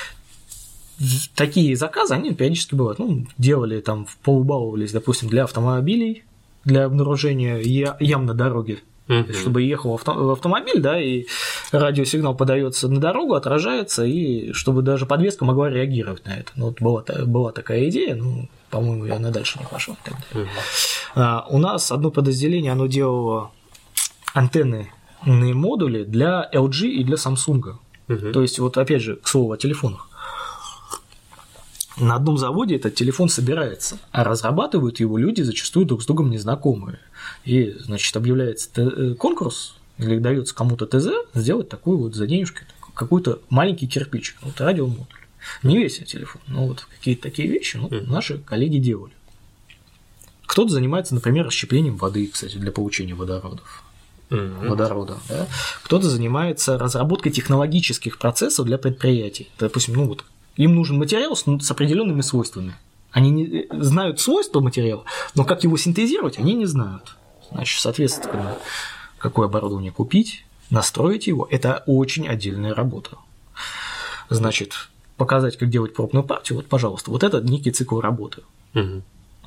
такие заказы, они периодически бывают. Ну, делали там, полубаловались, допустим, для автомобилей, для обнаружения ям на дороге. Uh-huh. Чтобы ехал авто, в автомобиль, да, и радиосигнал подается на дорогу, отражается, и чтобы даже подвеска могла реагировать на это. Ну, вот была, была такая идея, ну, по-моему, она дальше не пошла. Uh-huh. А, у нас одно подразделение, оно делало антенные модули для эл джи и для Samsung. Uh-huh. То есть, вот опять же, к слову о телефонах. На одном заводе этот телефон собирается, а разрабатывают его люди зачастую друг с другом незнакомые. И, значит, объявляется конкурс, или дается кому-то ТЗ сделать такую вот за денежки, какой-то маленький кирпичик, вот радиомодуль. Не весь телефон, но вот какие-то такие вещи ну, mm-hmm. наши коллеги делали. Кто-то занимается, например, расщеплением воды, кстати, для получения водородов. Mm-hmm. водорода. Да? Кто-то занимается разработкой технологических процессов для предприятий. Допустим, ну вот им нужен материал с, с определенными свойствами. Они не, знают свойства материала, но как его синтезировать, они не знают. Значит, соответственно, какое оборудование купить, настроить его – это очень отдельная работа. Значит, показать, как делать пробную партию, вот, пожалуйста, вот это некий цикл работы. Mm-hmm.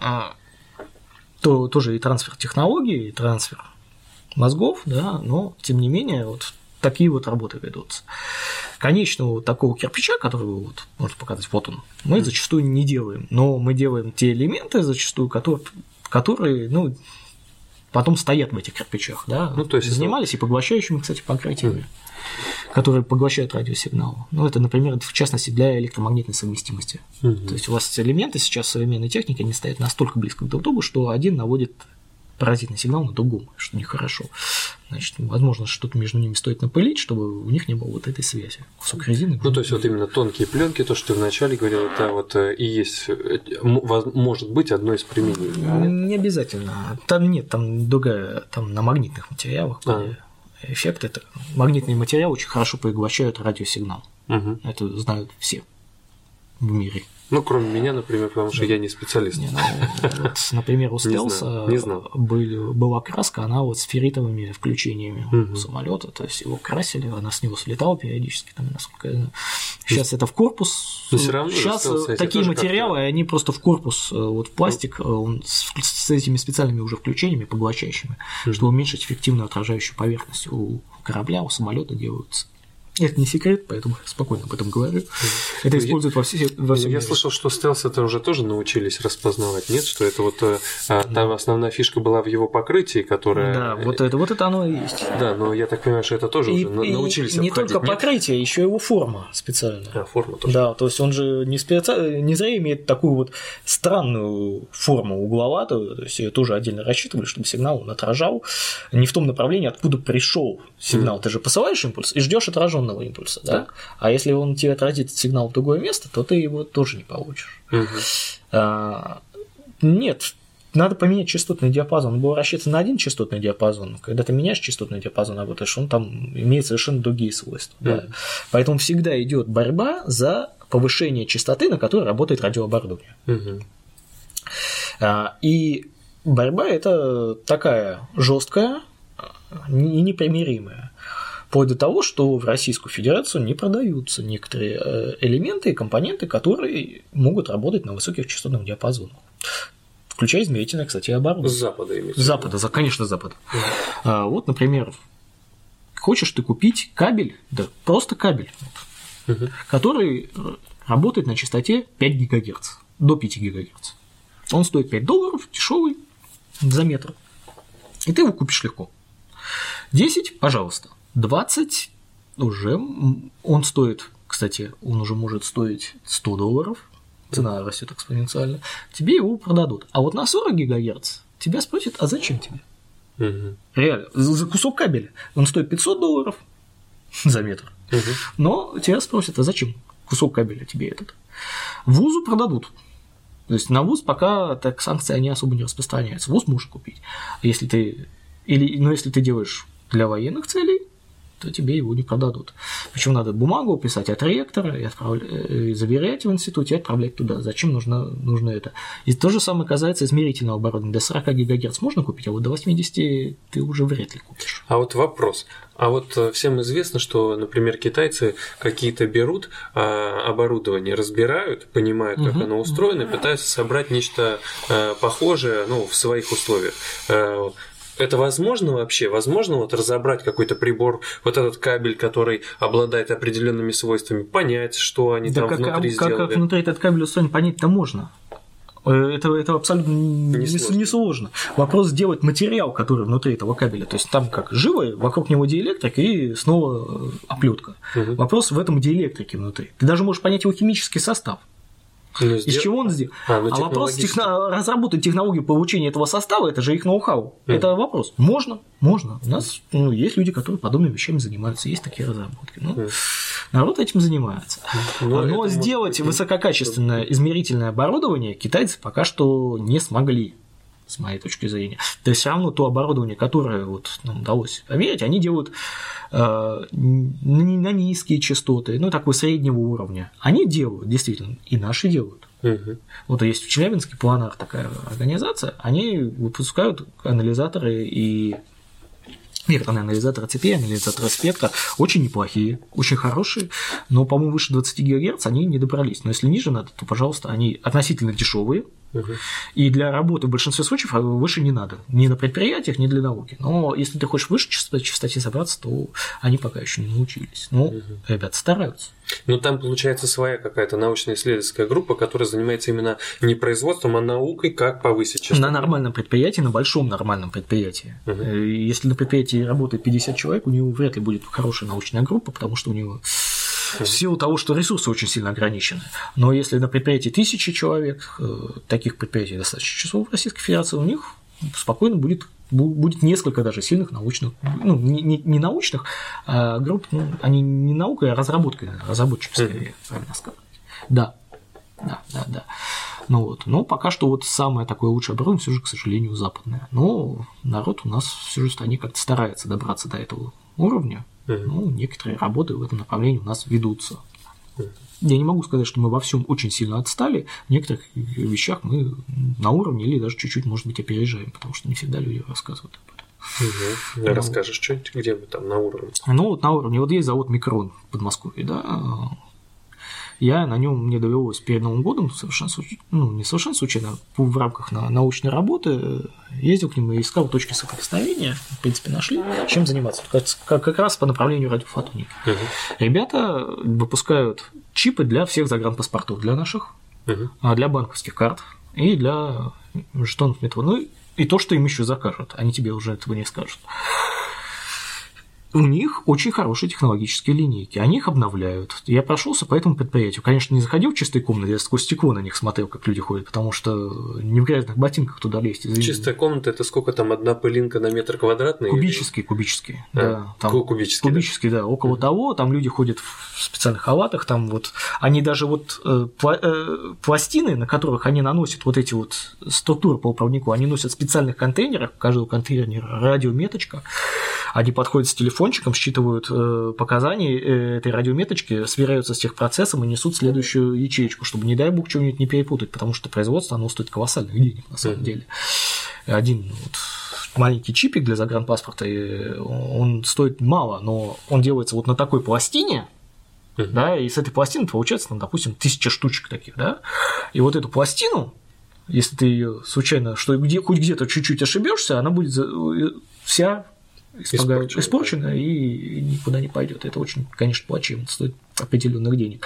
То, тоже и трансфер технологий, и трансфер мозгов, да, но тем не менее вот такие вот работы ведутся. Конечного вот такого кирпича, который вы вот можете показать, вот он, мы зачастую не делаем, но мы делаем те элементы зачастую, которые, которые ну, потом стоят в этих кирпичах, да, ну, то есть занимались это... и поглощающими, кстати, покрытиями, mm. которые поглощают радиосигнал. Ну, это, например, в частности, для электромагнитной совместимости. Mm-hmm. То есть у вас элементы сейчас в современной технике, они стоят настолько близко друг к другу, что один наводит паразитный сигнал на другому, что нехорошо. Значит, возможно, что-то между ними стоит напылить, чтобы у них не было вот этой связи. Кусок резины. Ну, то есть, вот именно тонкие пленки, то, что ты вначале говорил, это вот и есть, может быть, одно из применений. Не обязательно. Там нет, там другая, там на магнитных материалах. А. Эффект это магнитные материалы очень хорошо поглощают радиосигнал. Угу. Это знают все в мире. Ну, кроме меня, например, потому что да. я не специалист. Не, ну, вот, например, у Стелса был, была краска, она вот с ферритовыми включениями угу. самолета, то есть его красили, она с него слетала периодически, там, насколько я знаю. Сейчас это в корпус. Но все равно сейчас такие материалы, они просто в корпус, вот пластик, он с, с этими специальными уже включениями, поглощающими, угу. чтобы уменьшить эффективную отражающую поверхность. У корабля, у самолета делаются. Это не секрет, поэтому спокойно об этом говорю. Это ну, используют я, во, все, во всем Я мире. слышал, что стелс это уже тоже научились распознавать, нет? Что это вот а, там основная фишка была в его покрытии, которая… Да, вот это, вот это оно и есть. Да, но я так понимаю, что это тоже и, уже и научились и не обходить. только покрытие, еще его форма специальная. А, форма тоже. Да, то есть он же не, специ... не зря имеет такую вот странную форму угловатую, то есть ее тоже отдельно рассчитывали, чтобы сигнал он отражал не в том направлении, откуда пришел сигнал. Mm. Ты же посылаешь импульс и ждешь отраженного импульса, да? Так. А если он тебе отразит сигнал в другое место, то ты его тоже не получишь. Угу. А, нет, надо поменять частотный диапазон. Он был рассчитан на один частотный диапазон. Когда ты меняешь частотный диапазон, работаешь, он там имеет совершенно другие свойства. Угу. Да? Поэтому всегда идет борьба за повышение частоты, на которой работает радиооборудование. Угу. А, и борьба это такая жесткая и непримиримая. Вплоть до того, что в Российскую Федерацию не продаются некоторые элементы и компоненты, которые могут работать на высоких частотных диапазонах, включая измерительное, кстати, оборудование. С Запада имеется. С Запада, конечно, с Запада. Mm-hmm. А, вот, например, хочешь ты купить кабель, да просто кабель, mm-hmm. который работает на частоте пять гигагерц, до пяти гигагерц. Он стоит пять долларов, дешевый, за метр. И ты его купишь легко. десять, пожалуйста. двадцать уже он стоит, кстати, он уже может стоить сто долларов, цена растет экспоненциально, тебе его продадут. А вот на сорок гигагерц тебя спросят, а зачем тебе? Угу. Реально, за кусок кабеля. Он стоит пятьсот долларов за метр. Угу. Но тебя спросят, а зачем кусок кабеля тебе этот? Вузу продадут. То есть на вуз пока так санкции они особо не распространяются. Вуз можешь купить. Если ты, или, но если ты делаешь для военных целей, то тебе его не продадут. Причем надо бумагу писать от ректора, и, отправлять, и заверять в институте, и отправлять туда. Зачем нужно, нужно это? И то же самое касается измерительного оборудования. До сорок гигагерц можно купить, а вот до восьмидесяти ты уже вряд ли купишь. А вот вопрос. А вот всем известно, что, например, китайцы какие-то берут а, оборудование, разбирают, понимают, как угу. оно устроено, и пытаются собрать нечто а, похожее, ну, в своих условиях. А, Это возможно вообще? Возможно вот разобрать какой-то прибор, вот этот кабель, который обладает определенными свойствами, понять, что они да там как, внутри как, сделали? Как внутри этот кабель устроен, понять-то можно. Это, это абсолютно не, не, сложно. не сложно. Вопрос сделать материал, который внутри этого кабеля. То есть там как живое, вокруг него диэлектрик и снова оплетка. Угу. Вопрос в этом диэлектрике внутри. Ты даже можешь понять его химический состав. Ну, из сдел... чего он сделал? А, ну, а вопрос техно... разработать технологию получения этого состава, это же их ноу-хау. Mm. Это вопрос. Можно, можно. У нас ну, есть люди, которые подобными вещами занимаются, есть такие разработки. Ну, mm. народ этим занимается. Но, Но сделать может... высококачественное измерительное оборудование китайцы пока что не смогли, с моей точки зрения. То есть все равно то оборудование, которое вот нам удалось померить, они делают э, на низкие частоты, ну такого среднего уровня. Они делают, действительно, и наши делают. Угу. Вот есть в Челябинске Планар такая организация, они выпускают анализаторы и векторные анализаторы цепи, анализаторы спектра очень неплохие, очень хорошие, но, по-моему, выше двадцати гигагерц они не добрались. Но если ниже надо, то, пожалуйста, они относительно дешевые. Uh-huh. И для работы в большинстве случаев выше не надо. Ни на предприятиях, ни для науки. Но если ты хочешь выше частоте собраться, то они пока еще не научились. Ну, uh-huh. ребята стараются. Но там получается своя какая-то научно-исследовательская группа, которая занимается именно не производством, а наукой, как повысить частоту. На нормальном предприятии, на большом нормальном предприятии. Uh-huh. Если на предприятии работает пятьдесят человек, у него вряд ли будет хорошая научная группа, потому что у него в силу того, что ресурсы очень сильно ограничены. Но если на предприятии тысячи человек, таких предприятий достаточно часов в Российской Федерации, у них спокойно будет, будет несколько даже сильных научных, ну, не, не научных а групп, ну, они не наукой, а разработкой, разработчики, скорее, правильно сказать. Да, да, да, да. Ну вот, но пока что вот самое такое лучшее оборудование все же, к сожалению, западное. Но народ у нас все же в стране как-то старается добраться до этого уровня. Mm-hmm. Ну, некоторые работы в этом направлении у нас ведутся. Mm-hmm. Я не могу сказать, что мы во всем очень сильно отстали. В некоторых вещах мы на уровне или даже чуть-чуть, может быть, опережаем, потому что не всегда люди рассказывают об этом. Mm-hmm. Ну, расскажешь что-нибудь, где мы там на уровне? Ну, вот на уровне. Вот есть завод Микрон в Подмосковье, да. Я на нем мне довелось перед Новым годом совершенно случайно, ну, не совершенно случайно, в рамках на научной работы ездил к ним и искал точки соприкосновения, в принципе, нашли, чем заниматься, как, как раз по направлению радиофотоники. Uh-huh. Ребята выпускают чипы для всех загранпаспортов, для наших, uh-huh. для банковских карт и для жетонов метро. Ну и то, что им еще закажут, они тебе уже этого не скажут. У них очень хорошие технологические линейки, они их обновляют. Я прошелся по этому предприятию. Конечно, не заходил в чистые комнаты, я сквозь стекло на них смотрел, как люди ходят, потому что не в грязных ботинках туда лезть. Извините. Чистая комната – это сколько там, одна пылинка на метр квадратный? Кубический, кубический. А, да, там, кубический, кубический, да, да около mm-hmm. того, там люди ходят в специальных халатах, там вот, они даже вот э, пла- э, пластины, на которых они наносят вот эти вот структуры полупроводнику, они носят в специальных контейнерах, в каждого контейнера радиометочка, они подходят с телефончиком, считывают э, показания э, этой радиометочки, сверяются с техпроцессом и несут следующую ячеечку, чтобы, не дай бог, чего-нибудь не перепутать, потому что производство, оно стоит колоссальных денег, на самом mm-hmm. деле. Один вот, маленький чипик для загранпаспорта, он стоит мало, но он делается вот на такой пластине, mm-hmm. да, и с этой пластины получается, ну, допустим, тысяча штучек таких, да, и вот эту пластину, если ты ее случайно, что где, хоть где-то чуть-чуть ошибешься, она будет вся испорчена, испорчена и никуда не пойдет. Это очень, конечно, плачевно, стоит определенных денег.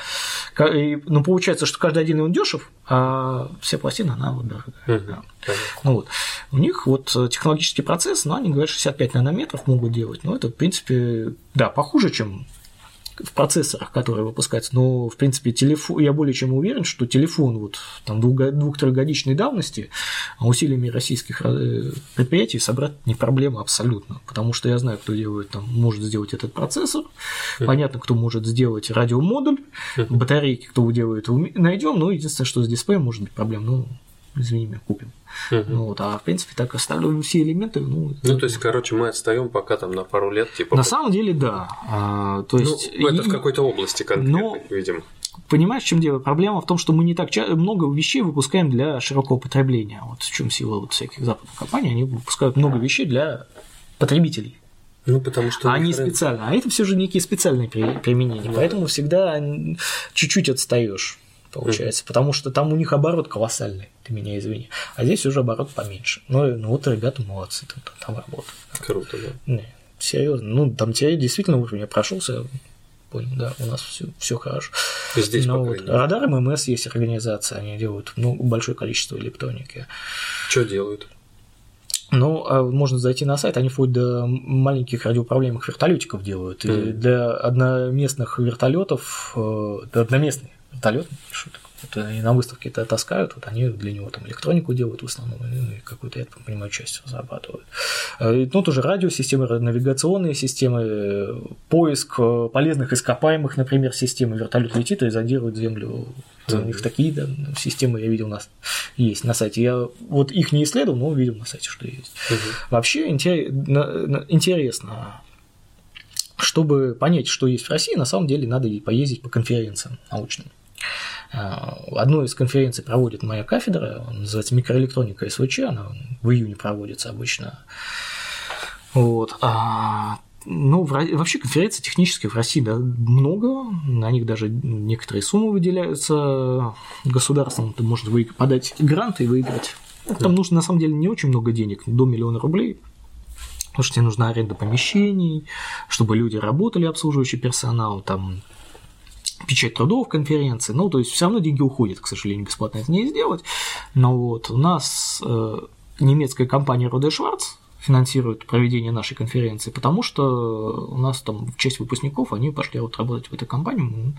Но получается, что каждый отдельный он дешев, а вся пластина, она вот дорогая. Uh-huh. Да. Ну, вот. У них вот технологический процесс, но они говорят, шестьдесят пять нанометров могут делать. Но это, в принципе, да, похуже, чем в процессорах, которые выпускаются, но, в принципе, телефон, я более чем уверен, что телефон вот, там, двух-трехгодичной давности усилиями российских предприятий собрать не проблема абсолютно, потому что я знаю, кто делает, там, может сделать этот процессор, mm-hmm. понятно, кто может сделать радиомодуль, mm-hmm. батарейки, кто делает, найдем, но единственное, что с дисплеем может быть проблема, ну, извини меня, купим. Uh-huh. Ну, вот, а в принципе так остальные все элементы. Ну, ну то есть, короче, мы отстаем пока там на пару лет. Типа, на самом деле, да. А, то есть, ну, это и, в какой-то области конкретно, но, видим. Понимаешь, в чем дело? Проблема в том, что мы не так много вещей выпускаем для широкого потребления. Вот в чем сила вот всяких западных компаний, они выпускают много вещей для потребителей. Ну, потому что... А не специально. А это все же некие специальные применения. Ну, поэтому да. всегда чуть-чуть отстаешь. Получается, mm-hmm. потому что там у них оборот колоссальный, ты меня извини, а здесь уже оборот поменьше. Ну, ну вот ребята молодцы, там, там работают. Круто, да. Не, серьезно, ну там тебе действительно уровень, я прошелся, понял, да, у нас все, все хорошо. Здесь но вот Радар ММС есть организация, они делают ну, большое количество электроники. Что делают? Ну, можно зайти на сайт, они вплоть до маленьких радиоуправляемых вертолетиков делают. Mm-hmm. И для одноместных вертолетов, для одноместных вертолет, что такое? Вот они на выставке это таскают, вот они для него там электронику делают в основном, и какую-то, я так понимаю, часть разрабатывают. Ну, тоже радиосистемы, навигационные системы, поиск полезных ископаемых, например, системы. Вертолет летит и зондирует Землю. У них такие да, системы, я видел, у нас есть на сайте. Я вот их не исследовал, но увидел на сайте, что есть. Uh-huh. Вообще интересно, чтобы понять, что есть в России, на самом деле надо поездить по конференциям научным. Одну из конференций проводит моя кафедра, называется «Микроэлектроника СВЧ», она в июне проводится обычно. Вот. А, ну, вообще конференций технических в России да, много, на них даже некоторые суммы выделяются государством, ты можешь подать гранты и выиграть. Там нужно на самом деле не очень много денег, до миллиона рублей. Потому что тебе нужна аренда помещений, чтобы люди работали, обслуживающий персонал, там печать трудов конференции, ну, то есть все равно деньги уходят, к сожалению, бесплатно это не сделать. Но вот у нас э, немецкая компания Роде Шварц финансирует проведение нашей конференции, потому что у нас там часть выпускников, они пошли вот работать в этой компании,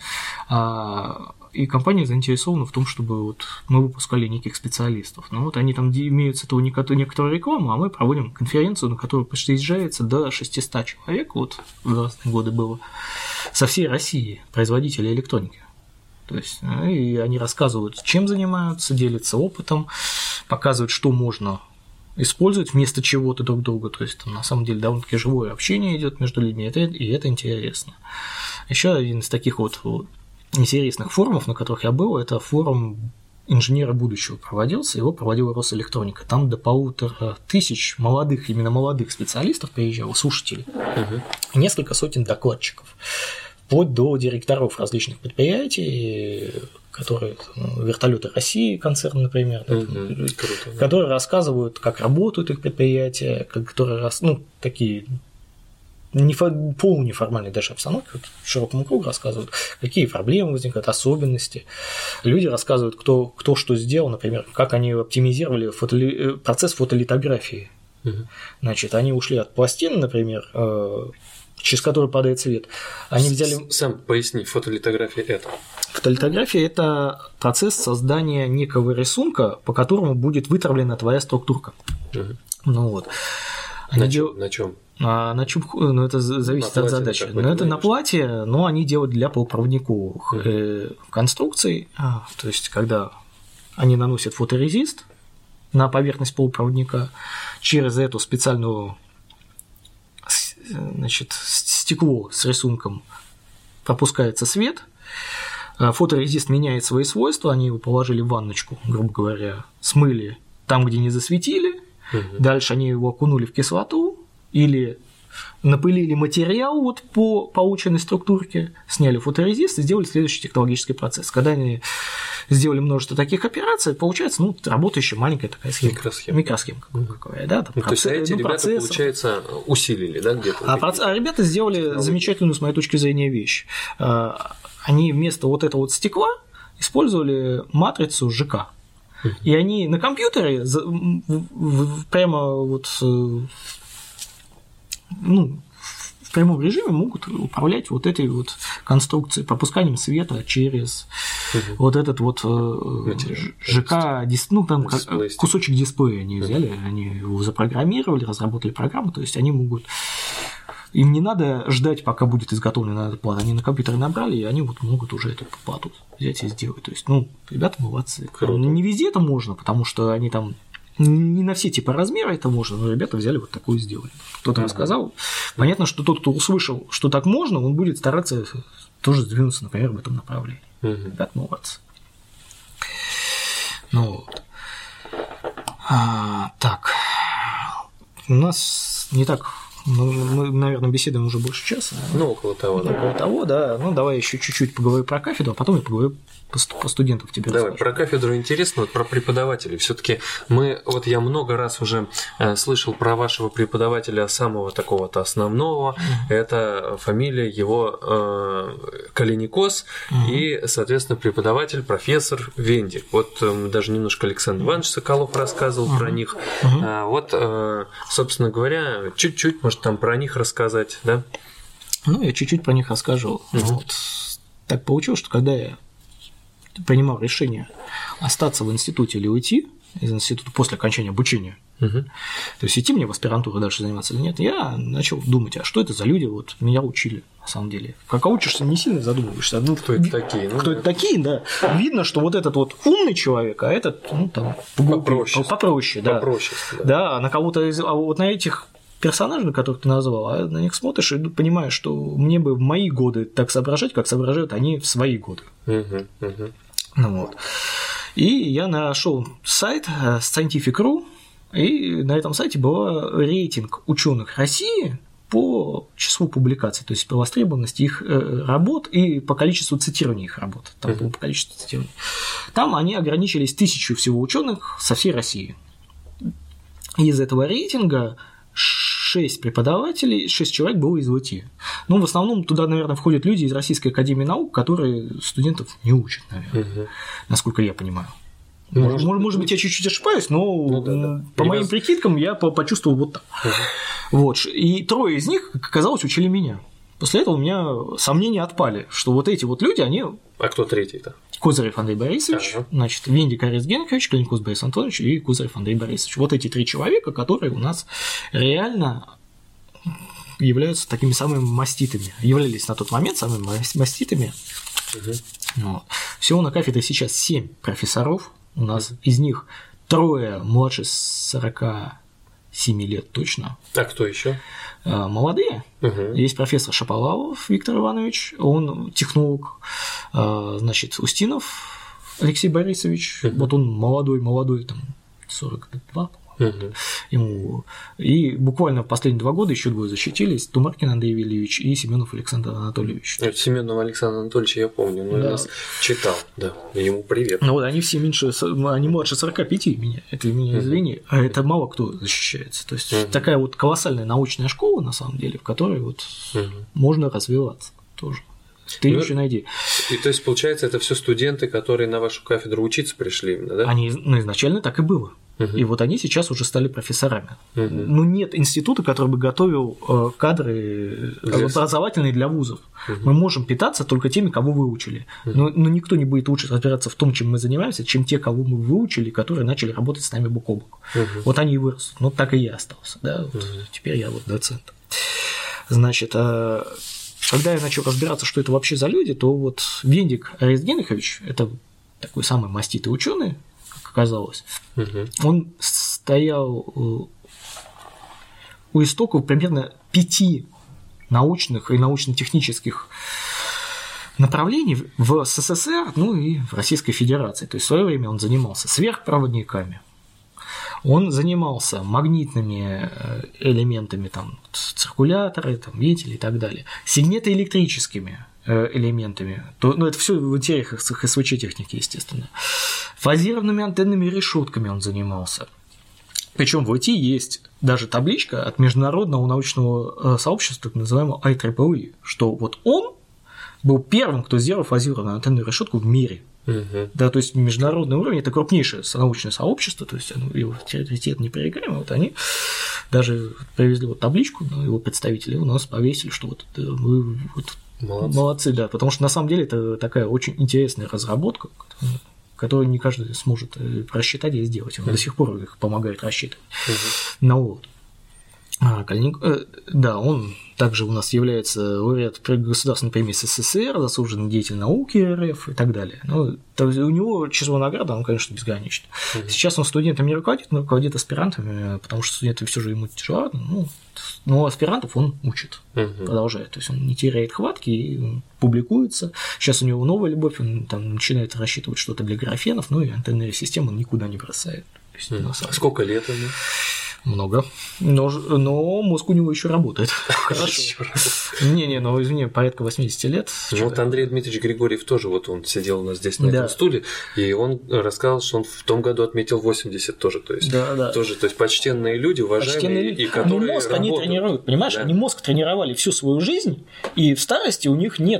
а, и компания заинтересована в том, чтобы вот мы выпускали неких специалистов. Ну вот они там имеют с этого некоторую рекламу, а мы проводим конференцию, на которую приезжается до шестисот человек, вот в разные годы было, со всей России, производителей электроники. То есть, и они рассказывают, чем занимаются, делятся опытом, показывают, что можно использовать вместо чего-то друг друга. То есть, там, на самом деле, довольно-таки живое общение идет между людьми, это, и это интересно. Еще один из таких вот, вот интересных форумов, на которых я был, это форум инженера будущего проводился, его проводила Росэлектроника. Там до полутора тысяч молодых, именно молодых специалистов приезжало, слушателей, угу. несколько сотен докладчиков, вплоть до директоров различных предприятий, которые ну, вертолеты России, концерн, например, да, угу. Круто, которые да. рассказывают, как работают их предприятия, которые ну, такие не полунеформальной даже обстановке, вот, широкому кругу рассказывают, какие проблемы возникают, особенности. Люди рассказывают, кто, кто что сделал, например, как они оптимизировали фотоли... процесс фотолитографии. Угу. Значит, они ушли от пластин, например, через который падает свет. Они взяли... Сам поясни, фотолитография это? Фотолитография – это процесс создания некого рисунка, по которому будет вытравлена твоя структурка. Угу. Ну вот. На, дел... чем? на чем? А на чуб, ну, это зависит от задачи. Но это на плате, но они делают для полупроводниковых mm-hmm. конструкций. А, то есть, когда они наносят фоторезист на поверхность полупроводника, через эту специальную значит, стекло с рисунком пропускается свет, фоторезист меняет свои свойства, они его положили в ванночку, грубо говоря, смыли там, где не засветили, mm-hmm. дальше они его окунули в кислоту, или напылили материал вот по полученной структурке, сняли фоторезист и сделали следующий технологический процесс. Когда они сделали множество таких операций, получается ну, работающая маленькая такая схема. Микросхема. Микросхемка. Какая, да, ну, процесс, то есть, эти ну, ребята, процессор. Получается, усилили, да, где-то? А, проц... а ребята сделали замечательную, с моей точки зрения, вещь. Они вместо вот этого вот стекла использовали матрицу ЖК. И они на компьютере прямо вот ну, в прямом режиме могут управлять вот этой вот конструкцией, пропусканием света через угу. вот этот вот материал. ЖК, ну, там Дисплей. Кусочек дисплея они взяли, угу. они его запрограммировали, разработали программу, то есть они могут. Им не надо ждать, пока будет изготовлена эта плата. Они на компьютере набрали, и они вот могут уже эту плату взять и сделать. То есть, ну, ребята молодцы. Круто. Не везде это можно, потому что они там. Не на все типа размера это можно, но ребята взяли вот такую и сделали. Кто-то uh-huh. рассказал. Понятно, что тот, кто услышал, что так можно, он будет стараться тоже сдвинуться, например, в этом направлении. Uh-huh. Ребята молодцы. Ну вот. А, так. У нас не так. Ну, мы, наверное, беседуем уже больше часа. Ну, около того, да. Около того, да. Ну, давай еще чуть-чуть поговорим про кафедру, а потом я поговорю по студентам тебе. Давай, расскажу. Про кафедру интересно, вот про преподавателей. Все-таки мы, вот я много раз уже э, слышал про вашего преподавателя, самого такого-то основного. Mm-hmm. Это фамилия его э, Калиникос mm-hmm. и, соответственно, преподаватель, профессор Вендик. Вот э, даже немножко Александр Иванович Соколов рассказывал mm-hmm. про них. Mm-hmm. А, вот, э, собственно говоря, чуть-чуть, может, там про них рассказать, да? Ну, я чуть-чуть про них расскажу. Mm-hmm. Вот. Так получилось, что когда я принимал решение остаться в институте или уйти из института после окончания обучения, угу. то есть идти мне в аспирантуру дальше заниматься или нет, я начал думать, а что это за люди, вот меня учили, на самом деле. Как учишься, не сильно задумываешься. Ну, кто это такие? Ну, кто это такие, да. Видно, что вот этот вот умный человек, а этот, ну, там, попроще. Попроще, да. Попроще, да. Да, на кого-то из... А вот на этих персонажей, которых ты назвал, а на них смотришь и понимаешь, что мне бы в мои годы так соображать, как соображают они в свои годы. Угу, угу. Ну, вот. И я нашел сайт Scientific точка ру, и на этом сайте был рейтинг ученых России по числу публикаций, то есть по востребованности их работ и по количеству цитирования их работ. Там было по количеству цитирования. Там они ограничились тысячу всего ученых со всей России. Из этого рейтинга шесть преподавателей, шесть человек было из ВТИ. Ну, в основном туда, наверное, входят люди из Российской академии наук, которые студентов не учат, наверное, угу. насколько я понимаю. Может, может, может быть, я чуть-чуть ошибаюсь, но ну, да, да. по И моим раз... прикидкам я почувствовал вот так. Угу. Вот. И трое из них, как оказалось, учили меня. После этого у меня сомнения отпали, что вот эти вот люди, они… А кто третий-то? Козырев Андрей Борисович, ага. значит, Виндик Арест Генрихович, Клиникус Борис Антонович и Козырев Андрей Борисович. Вот эти три человека, которые у нас реально являются такими самыми маститами, являлись на тот момент самыми маститами. Угу. Вот. Всего на кафедре сейчас семь профессоров, у нас угу. из них трое младше сорока семи лет точно. А кто еще? Молодые. Угу. Есть профессор Шаповалов Виктор Иванович, он технолог, значит, Устинов Алексей Борисович, угу. вот он молодой-молодой, там, сорок два, угу. ему. И буквально в последние два года еще двое защитились, Тумаркин Андрей Вильевич и Семенов Александр Анатольевич. Это Семенова Александра Анатольевича я помню, но да. я нас читал, да, ему привет. Ну вот они все меньше, они младше сорока пяти меня, это меня извини, угу. а это мало кто защищается. То есть угу. такая вот колоссальная научная школа, на самом деле, в которой вот угу. можно развиваться тоже. Ты ну, еще найди. И то есть, получается, это все студенты, которые на вашу кафедру учиться пришли именно, да? Они, ну, изначально так и было. Uh-huh. И вот они сейчас уже стали профессорами. Uh-huh. Ну, нет института, который бы готовил кадры Здесь. образовательные для вузов. Uh-huh. Мы можем питаться только теми, кого выучили. Uh-huh. Но, но никто не будет лучше разбираться в том, чем мы занимаемся, чем те, кого мы выучили, которые начали работать с нами бок о бок. Uh-huh. Вот они и вырастут. Ну, так и я остался. Да? Вот uh-huh. теперь я вот доцент. Значит, когда я начал разбираться, что это вообще за люди, то вот Виндик Арест Генрихович, это такой самый маститый ученый, как оказалось, угу. он стоял у истоков примерно пяти научных и научно-технических направлений в СССР, ну и в Российской Федерации. То есть в свое время он занимался сверхпроводниками, он занимался магнитными элементами, там, циркуляторы, там, вентили и так далее, сигнетоэлектрическими элементами, то, ну, это все в тех СВЧ-технике, естественно, фазированными антенными решетками он занимался. Причем в ИТ есть даже табличка от международного научного сообщества, так называемого ай трипл и, что вот он был первым, кто сделал фазированную антенную решетку в мире. Uh-huh. Да, то есть международный уровень – это крупнейшее научное сообщество, то есть его авторитет непререкаемый. Вот они даже привезли вот табличку, но его представители у нас повесили, что вот вы вот молодцы. молодцы, да, потому что на самом деле это такая очень интересная разработка, которую не каждый сможет рассчитать и сделать. Он uh-huh. до сих пор их помогает рассчитывать. Uh-huh. Ну вот. А, Калиник... Да, он также у нас является лауреат государственной премии СССР, заслуженный деятель науки РФ и так далее. Ну, то есть у него число наград, оно, конечно, безгранично. Mm-hmm. Сейчас он студентами не руководит, но руководит аспирантами, потому что студенты все же ему тяжело, ну, но аспирантов он учит, mm-hmm. продолжает. То есть он не теряет хватки и публикуется. Сейчас у него новая любовь, он там начинает рассчитывать что-то для графенов, ну и антенные системы он никуда не бросает. Есть, mm-hmm. А сколько лет ему? Много. Но, но мозг у него еще работает. Хорошо. Не-не, ну извини, порядка восемьдесят лет. Ну, вот Андрей Дмитриевич Григорьев тоже, вот он сидел у нас здесь на да. этом стуле, и он рассказал, что он в том году отметил восемьдесят тоже. То есть, да, да. тоже, то есть почтенные люди, уважаемые, почтенные люди. И которые ну, мозг работают. Они тренируют, понимаешь? Да. Они мозг тренировали всю свою жизнь, и в старости у них нету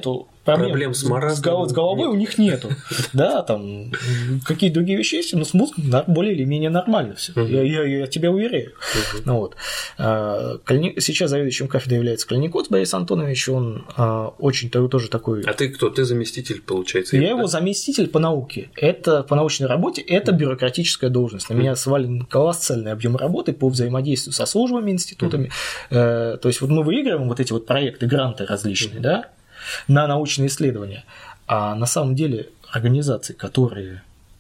проблем, проблем с маразмом с головой у них нету. Да, там какие-то другие вещи есть, но с мозгом более или менее нормально все. Uh-huh. Я, я, я тебя уверяю. Uh-huh. Ну, вот. Сейчас заведующим кафедрой является Калиникоц Борис Антонович, он очень тоже такой... А ты кто? Ты заместитель, получается? Я его да? заместитель по науке. Это по научной работе, это бюрократическая должность. На uh-huh. меня свален колоссальный объем работы по взаимодействию со службами, институтами. Uh-huh. То есть вот мы выигрываем вот эти вот проекты, гранты различные, uh-huh. да, на научные исследования. А на самом деле организации, которые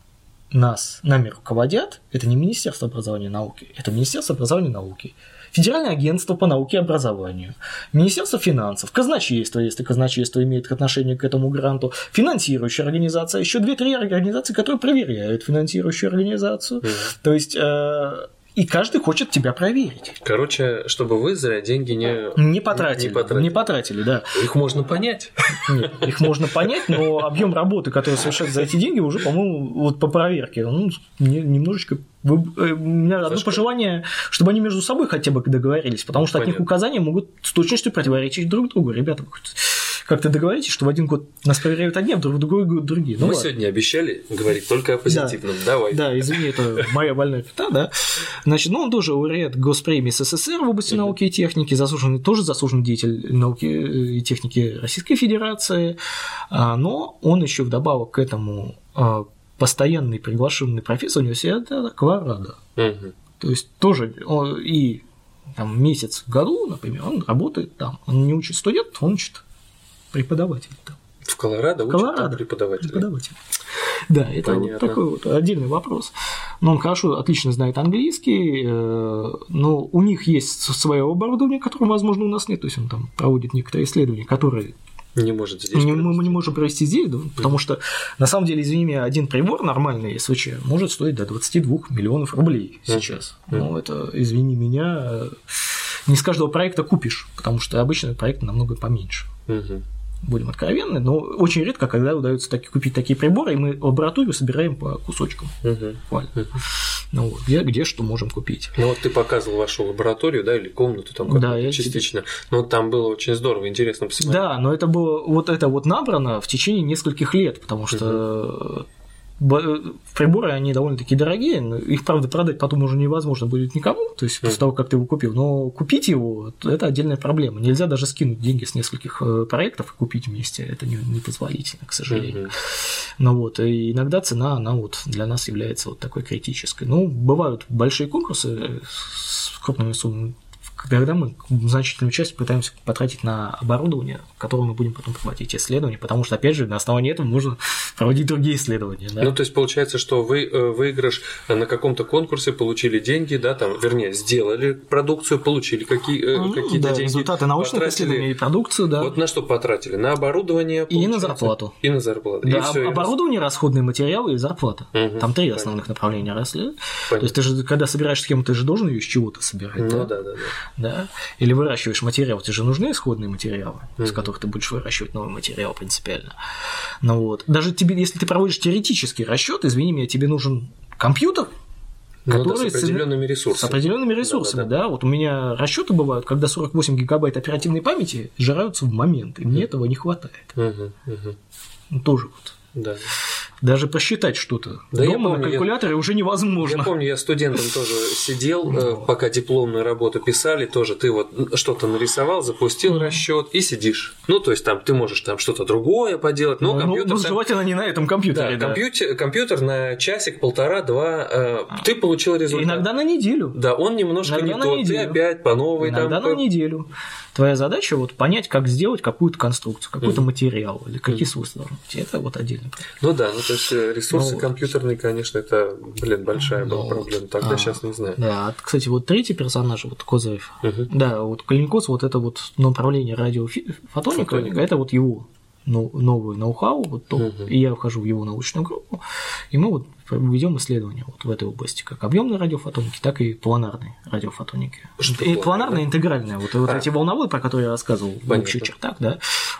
нас, нами руководят, это не Министерство образования и науки, это Министерство образования и науки, Федеральное агентство по науке и образованию, Министерство финансов, казначейство, если казначейство имеет отношение к этому гранту, финансирующая организация, еще две-три организации, которые проверяют финансирующую организацию. Mm. То есть э- и каждый хочет тебя проверить. Короче, чтобы вы зря деньги не, не, потратили, не потратили. Не потратили, да. Их можно понять. Нет, их можно понять, но объем работы, который совершается за эти деньги, уже, по-моему, вот по проверке, ну, немножечко... У меня одно Зашкал. пожелание, чтобы они между собой хотя бы договорились, потому что Понятно. От них указания могут с точностью противоречить друг другу. Ребята, как-то договоритесь, что в один год нас проверяют одни, а в другой год другие. Ну, Мы ладно. сегодня обещали говорить только о позитивном. Да. Давай. Да, извини, это моя больная пята, да. Значит, ну, он тоже лауреат Госпремии СССР в области uh-huh. науки и техники, заслуженный, тоже заслуженный деятель науки и техники Российской Федерации, но он еще вдобавок к этому постоянный приглашенный профессор университета Колорадо. Uh-huh. То есть тоже он, и там, месяц в году, например, он работает там. Он не учит студентов, он учит преподавателей там. В Колорадо учат там преподавателей? Преподавателей. Да, это вот такой вот отдельный вопрос. Но он хорошо, отлично знает английский, но у них есть свое оборудование, которого, возможно, у нас нет. То есть он там проводит некоторые исследования, которые не может здесь. Не, мы не можем провести здесь, да, потому что, на самом деле, извини меня, один прибор нормальный СВЧ может стоить до двадцати двух миллионов рублей сейчас. Uh-huh. Ну, это, извини меня, не с каждого проекта купишь, потому что обычно проекты намного поменьше. Uh-huh. Будем откровенны, но очень редко, когда удается таки, купить такие приборы, и мы лабораторию собираем по кусочкам. Uh-huh. Uh-huh. Ну, вот, где, где что можем купить. Ну, вот ты показывал вашу лабораторию, да, или комнату там да, я частично. Тебе... Но вот там было очень здорово, интересно посмотреть. Да, но это было вот это вот набрано в течение нескольких лет, потому что uh-huh. приборы, они довольно-таки дорогие, их, правда, продать потом уже невозможно будет никому, то есть после mm. того, как ты его купил, но купить его – это отдельная проблема. Нельзя даже скинуть деньги с нескольких проектов и купить вместе, это непозволительно, к сожалению. Mm-hmm. Ну вот, и иногда цена, она вот для нас является вот такой критической. Ну, бывают большие конкурсы с крупными суммами, когда мы значительную часть пытаемся потратить на оборудование, которое мы будем потом проводить исследования, потому что, опять же, на основании этого можно проводить другие исследования. Да? Ну, то есть, получается, что вы выигрыш на каком-то конкурсе, получили деньги, да, там, вернее, сделали продукцию, получили какие, ну, какие-то да, деньги. Результаты научных потратили... исследований и продукцию, да. Вот на что потратили? На оборудование, и на зарплату. И на зарплату. Да, и всё, оборудование, и расходные материалы и зарплата. Угу, там три основных понятно. направления росли. Понятно. То есть, ты же, когда собираешь схему, ты же должен ее из чего-то собирать. Ну, да, да, да. да. да? Или выращиваешь материал, тебе же нужны исходные материалы, mm-hmm. из которых ты будешь выращивать новый материал принципиально. Ну, вот. Даже тебе, если ты проводишь теоретический расчет, извини меня, тебе нужен компьютер, ну, который да, с определенными ресурсами. С определенными ресурсами, да, да, да. да. Вот у меня расчеты бывают, когда сорок восемь гигабайт оперативной памяти сжираются в момент, и мне mm-hmm. этого не хватает. Mm-hmm. Mm-hmm. Ну, тоже вот. Да. Даже посчитать что-то да дома помню, на калькуляторе я, уже невозможно. Я помню, я студентом тоже сидел, ну, пока дипломную работу писали, тоже ты вот что-то нарисовал, запустил расчет и сидишь. Ну, то есть там ты можешь там что-то другое поделать, но ну, компьютер... Ну, там... желательно не на этом компьютере. Да, да. Компьютер, компьютер на часик, полтора, два, э, ты получил результат. Иногда на неделю. Да, он немножко Иногда не тот, неделю. Ты опять по новой. Иногда там, на неделю. Твоя задача вот понять, как сделать какую-то конструкцию, какой-то mm. материал, или какие mm. свойства должны быть. Это вот отдельно. Ну да, ну то есть ресурсы ну, компьютерные, конечно, это, блин, большая ну, была проблема. Тогда а, сейчас не знаю. Да, кстати, вот третий персонаж, вот Козырев, uh-huh. да, вот Калиникоц, вот это вот направление радиофотоника, это вот его новый ноу-хау, вот то, uh-huh. и я вхожу в его научную группу, и мы вот ведем исследования вот в этой области, как объемной радиофотоники, так и планарной радиофотоники. Что и планарная, да? Интегральная, вот, вот а. эти волновые, про которые я рассказывал Понятно. В общих чертах, да,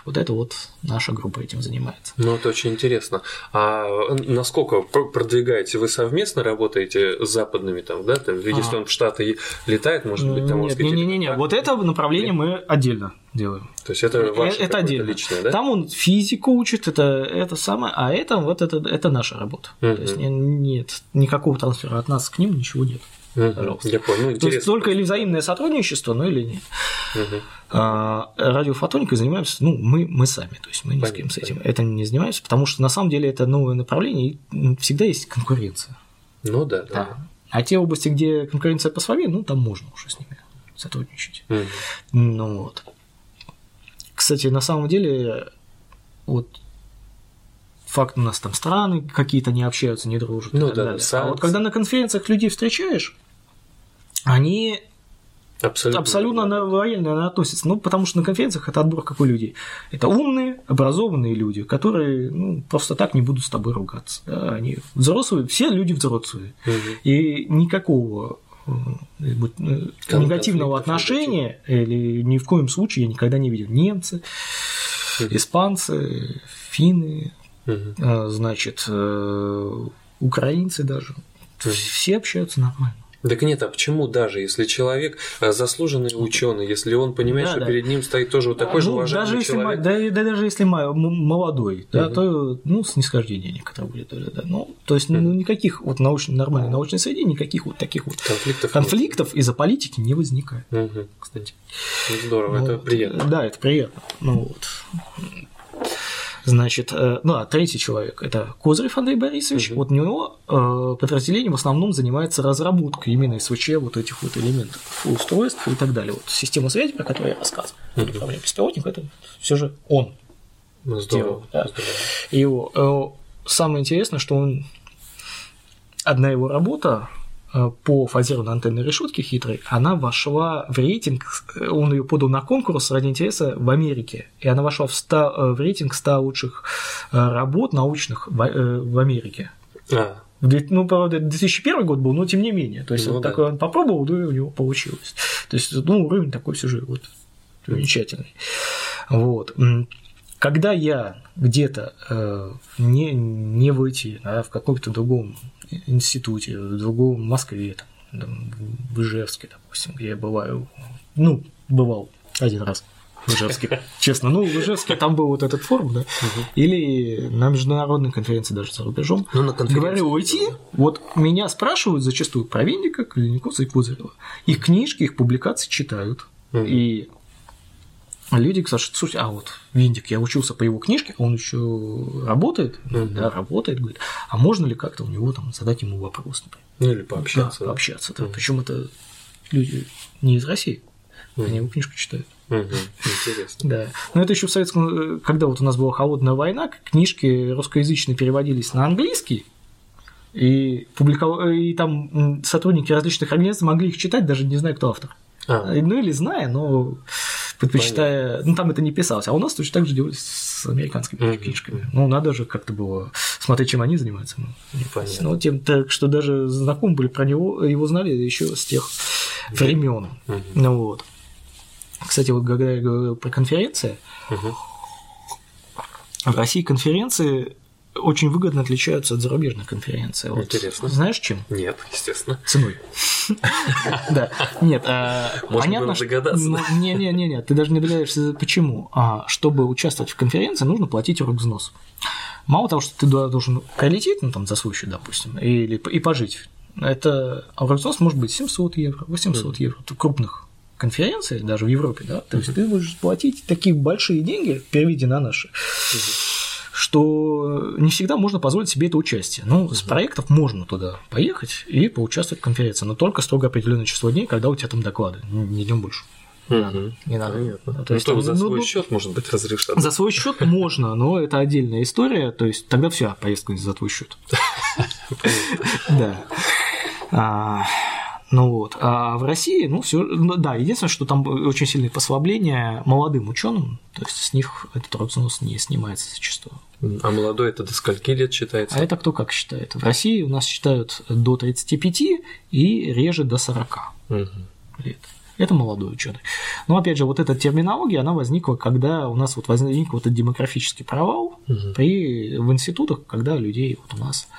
Вот это вот наша группа этим занимается. Ну, это очень интересно. А насколько продвигаете? Вы совместно работаете с западными там, да? Там, если а. он в Штаты летает, может быть, там... Нет, не-не-не, вот это направление Нет. мы отдельно делаем. То есть это ваше это отдельно. Личное, да? Там он физику учит, это, это самое, а это вот это, это наша работа. Uh-huh. То есть нет никакого трансфера от нас к ним, ничего нет. Uh-huh. Пожалуйста. Я понял. Ну, то есть только или взаимное сотрудничество, ну или нет. Uh-huh. А, радиофотоникой занимаемся, ну, мы, мы сами, то есть мы ни понятно, с кем с этим понятно. этим не занимаемся, потому что на самом деле это новое направление, и всегда есть конкуренция. Ну да, да. да. А те области, где конкуренция послабее, ну там можно уже с ними сотрудничать. Uh-huh. Ну вот. Кстати, на самом деле, вот факт у нас там страны какие-то не общаются, не дружат ну, и так да, далее. А вот когда на конференциях людей встречаешь, они абсолютно, абсолютно лояльно относятся. Ну, потому что на конференциях это отбор какой людей? Это умные, образованные люди, которые ну, просто так не будут с тобой ругаться. Да? Они взрослые, все люди взрослые. Угу. И никакого негативного отношения или ни в коем случае я никогда не видел. Немцы, испанцы, финны, угу. значит, украинцы даже. Угу. Все общаются нормально. Так нет, а почему даже, если человек заслуженный ученый, если он понимает, да, что да. перед ним стоит тоже вот такой ну, же уважаемый даже человек? Если, да, да, даже если молодой, да, угу. то ну, снисхождение некоторое будет. Да, ну, то есть угу. ну, никаких вот научной, нормальной научной среде, никаких вот таких вот конфликтов, конфликтов из-за политики не возникает, угу. кстати. Здорово, ну, это приятно. Да, это приятно. Ну, вот. Значит, ну а третий человек – это Козырев Андрей Борисович. Uh-huh. Вот у него э, подразделение в основном занимается разработкой именно СВЧ вот этих вот элементов, устройств и так далее. Вот система связи, про которую я рассказывал, uh-huh. управление беспилотником, это все же он. Ну, здорово. Делал, да. здорово. И его, э, самое интересное, что он одна его работа по фазированной антенной решетке хитрой, она вошла в рейтинг, он ее подал на конкурс ради интереса в Америке, и она вошла в, ста, в рейтинг ста лучших работ научных в, в Америке. А. Ну, правда, две тысячи первый год был, но тем не менее. То есть, ну, вот да. такой он попробовал, да, и у него получилось. То есть, ну, уровень такой все же вот, замечательный. Вот. Когда я где-то э, не, не в ИТ, а в каком-то другом институте, в другом в Москве, там, там, в Ижевске, допустим, где я бываю, ну, бывал один раз в Ижевске, честно, ну, в Ижевске там был вот этот форум, да, или на международной конференции даже за рубежом, говорю, уйти, вот меня спрашивают зачастую про Винника, Калиниковца и Козырева, их книжки, их публикации читают, и люди говорят, слушай, а вот Виндик, я учился по его книжке, он еще работает, uh-huh. да, работает, говорит, а можно ли как-то у него там задать ему вопрос, например? Ну или пообщаться. Да, пообщаться, да. Uh-huh. Причем это люди не из России, uh-huh. они его книжку читают. Uh-huh. Интересно. Да. Но это еще в советском, когда вот у нас была холодная война, книжки русскоязычные переводились на английский, и, публиков... и там сотрудники различных организаций могли их читать, даже не зная, кто автор. А. Ну или зная, но предпочитая. Понятно. Ну там это не писалось. А у нас точно так же делали с американскими mm-hmm. книжками. Ну, надо же как-то было смотреть, чем они занимаются. Ну, тем так, что даже знакомы были про него, его знали еще с тех mm-hmm. времен. Mm-hmm. Ну вот. Кстати, вот когда я говорил про конференции, mm-hmm. в России конференции очень выгодно отличаются от зарубежных конференций. Вот. Интересно. Знаешь, чем? Нет, естественно. Ценой. Да. Нет, можно было догадаться. Не-не-не, ты даже не догадаешься, почему. Чтобы участвовать в конференции, нужно платить оргвзнос. Мало того, что ты должен прилететь, ну, там, за свой счет, допустим, или и пожить. Это оргвзнос может быть семьсот евро, восемьсот евро. Крупных конференций, даже в Европе, да. То есть ты можешь платить такие большие деньги, переведи на наши, что не всегда можно позволить себе это участие. Ну, uh-huh. с проектов можно туда поехать и поучаствовать в конференции, но только строго определенное число дней, когда у тебя там доклады, не днем больше. Uh-huh. Не надо. Понятно. То есть, ну, за свой ну, счет может быть разрешено. За свой счет можно, но это отдельная история, то есть тогда вся поездка за твой счет. Да. Ну вот. А в России, ну, все, да, единственное, что там очень сильные послабления молодым ученым, то есть с них этот оргвзнос не снимается зачастую. А молодой это до скольки лет считается? А это кто как считает? В России у нас считают до тридцати пяти и реже до сорока угу. лет. это молодой ученый. Но опять же, вот эта терминология, она возникла, когда у нас вот возник вот этот демографический провал угу. при, в институтах, когда людей вот у нас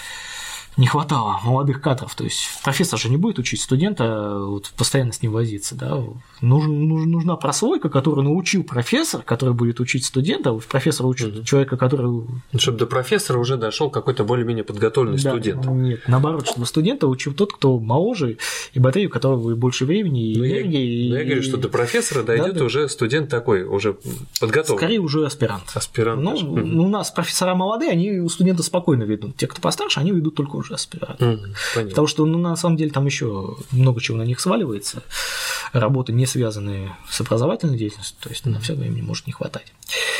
не хватало молодых кадров. То есть профессор же не будет учить студента, вот, постоянно с ним возиться. Да? Нужен, нужна прослойка, которую научил профессор, который будет учить студента. Профессор учит mm-hmm. человека, который. Чтобы до профессора уже дошел какой-то более-менее подготовленный да, студент. Нет, наоборот, чтобы студента учил тот, кто моложе, и батарею, у которого больше времени и но энергии. Я, и... я говорю, что до профессора дойдет да, уже студент такой, уже подготовленный. Скорее уже аспирант. Аспирант. Ну, mm-hmm. у нас профессора молодые, они у студента спокойно ведут. Те, кто постарше, они ведут только уже аспирант. Mm-hmm. Потому что, ну, на самом деле, там еще много чего на них сваливается. Работы, не связанные с образовательной деятельностью, то есть mm-hmm. на все времени может не хватать.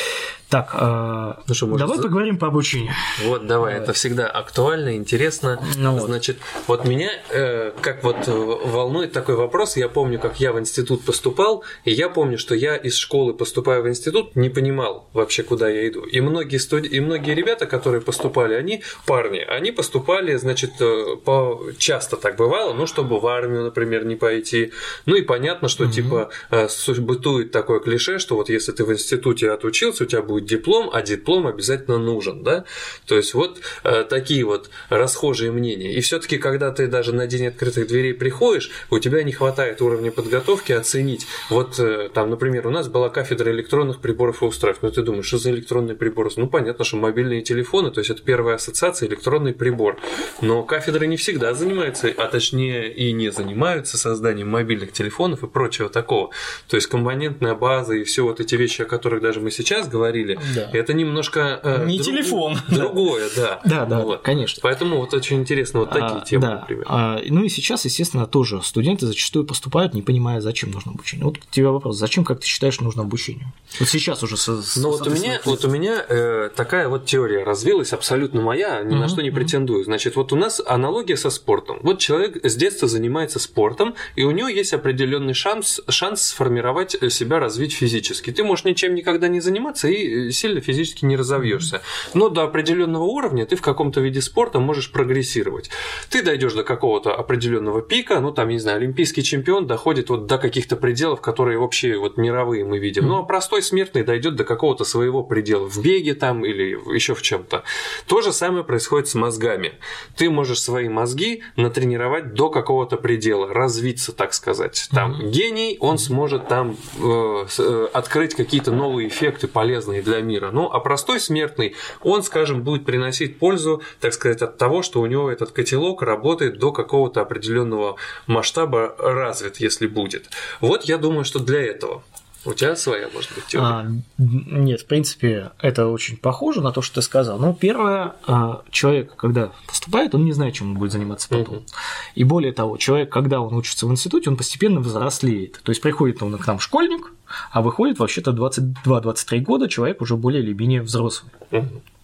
Так, ну что, давай может... поговорим по обучению. Вот, давай, давай, это всегда актуально, интересно. Ну, вот. Значит, вот меня э, как вот волнует такой вопрос. Я помню, как я в институт поступал, и я помню, что я из школы, поступая в институт, не понимал вообще, куда я иду. И многие, студ... и многие ребята, которые поступали, они парни, они поступали, значит, по... часто так бывало, ну, чтобы в армию, например, не пойти. Ну, и понятно, что, угу. типа, бытует такое клише, что вот если ты в институте отучился, у тебя будет диплом, а диплом обязательно нужен, да? То есть вот э, такие вот расхожие мнения. И все-таки, когда ты даже на день открытых дверей приходишь, у тебя не хватает уровня подготовки оценить. Вот э, там, например, у нас была кафедра электронных приборов и устройств. Ну ты думаешь, что за электронные приборы? Ну понятно, что мобильные телефоны, то есть это первая ассоциация электронный прибор. Но кафедры не всегда занимаются, а точнее и не занимаются созданием мобильных телефонов и прочего такого. То есть компонентная база и все вот эти вещи, о которых даже мы сейчас говорили, да. это немножко э, не друг... телефон, другое, да, да, да, вот. Конечно. Поэтому вот очень интересно вот такие а, темы, да. например. А, ну и сейчас, естественно, тоже студенты зачастую поступают, не понимая, зачем нужно обучение. Вот к тебе вопрос: зачем, как ты считаешь, нужно обучение? Вот сейчас уже. Со, ну вот у меня, вот у меня э, такая вот теория развилась, абсолютно моя, ни uh-huh, на что не uh-huh. претендую. Значит, вот у нас аналогия со спортом. Вот человек с детства занимается спортом, и у него есть определенный шанс, шанс сформировать себя, развить физически. Ты можешь ничем никогда не заниматься и сильно физически не разовьешься. Но до определенного уровня ты в каком-то виде спорта можешь прогрессировать. Ты дойдешь до какого-то определенного пика, ну там, не знаю, олимпийский чемпион доходит вот до каких-то пределов, которые вообще вот мировые мы видим. Ну а простой смертный дойдет до какого-то своего предела в беге там или еще в чем-то. То же самое происходит с мозгами. Ты можешь свои мозги натренировать до какого-то предела, развиться, так сказать. Там mm-hmm. гений, он сможет там э, э, открыть какие-то новые эффекты полезные для мира. Ну, а простой смертный, он, скажем, будет приносить пользу, так сказать, от того, что у него этот котелок работает до какого-то определенного масштаба, развит, если будет. Вот я думаю, что для этого. У тебя своя, может быть, теория? А, нет, в принципе, это очень похоже на то, что ты сказал. Но первое, человек, когда поступает, он не знает, чем он будет заниматься потом. Uh-huh. И более того, человек, когда он учится в институте, он постепенно взрослеет. То есть приходит он к нам школьник, а выходит вообще-то двадцать два - двадцать три года человек уже более или менее взрослый. Uh-huh.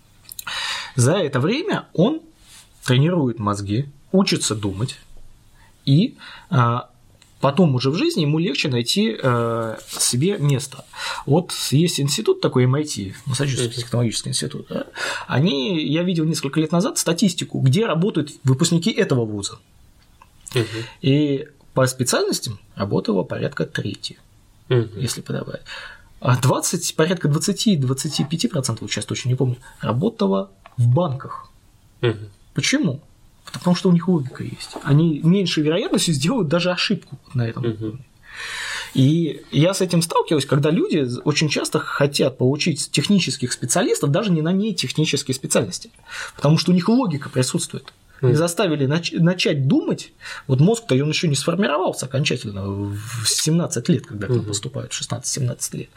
За это время он тренирует мозги, учится думать, и потом уже в жизни ему легче найти э, себе место. Вот есть институт такой эм ай ти, Массачусетский технологический институт. Да? Они, я видел несколько лет назад статистику, где работают выпускники этого вуза. Uh-huh. И по специальностям работало порядка трети, uh-huh. если подавать. А двадцать, порядка двадцать-двадцать пять процентов, сейчас точно не помню, работало в банках. Uh-huh. Почему? Потому что у них логика есть. Они меньшей вероятностью сделают даже ошибку на этом уровне. Uh-huh. И я с этим сталкиваюсь, когда люди очень часто хотят получить технических специалистов даже не на нетехнические специальности, потому что у них логика присутствует. Uh-huh. Их заставили нач- начать думать. Вот мозг-то он еще не сформировался окончательно в семнадцать лет, когда uh-huh. поступают, в шестнадцать-семнадцать лет.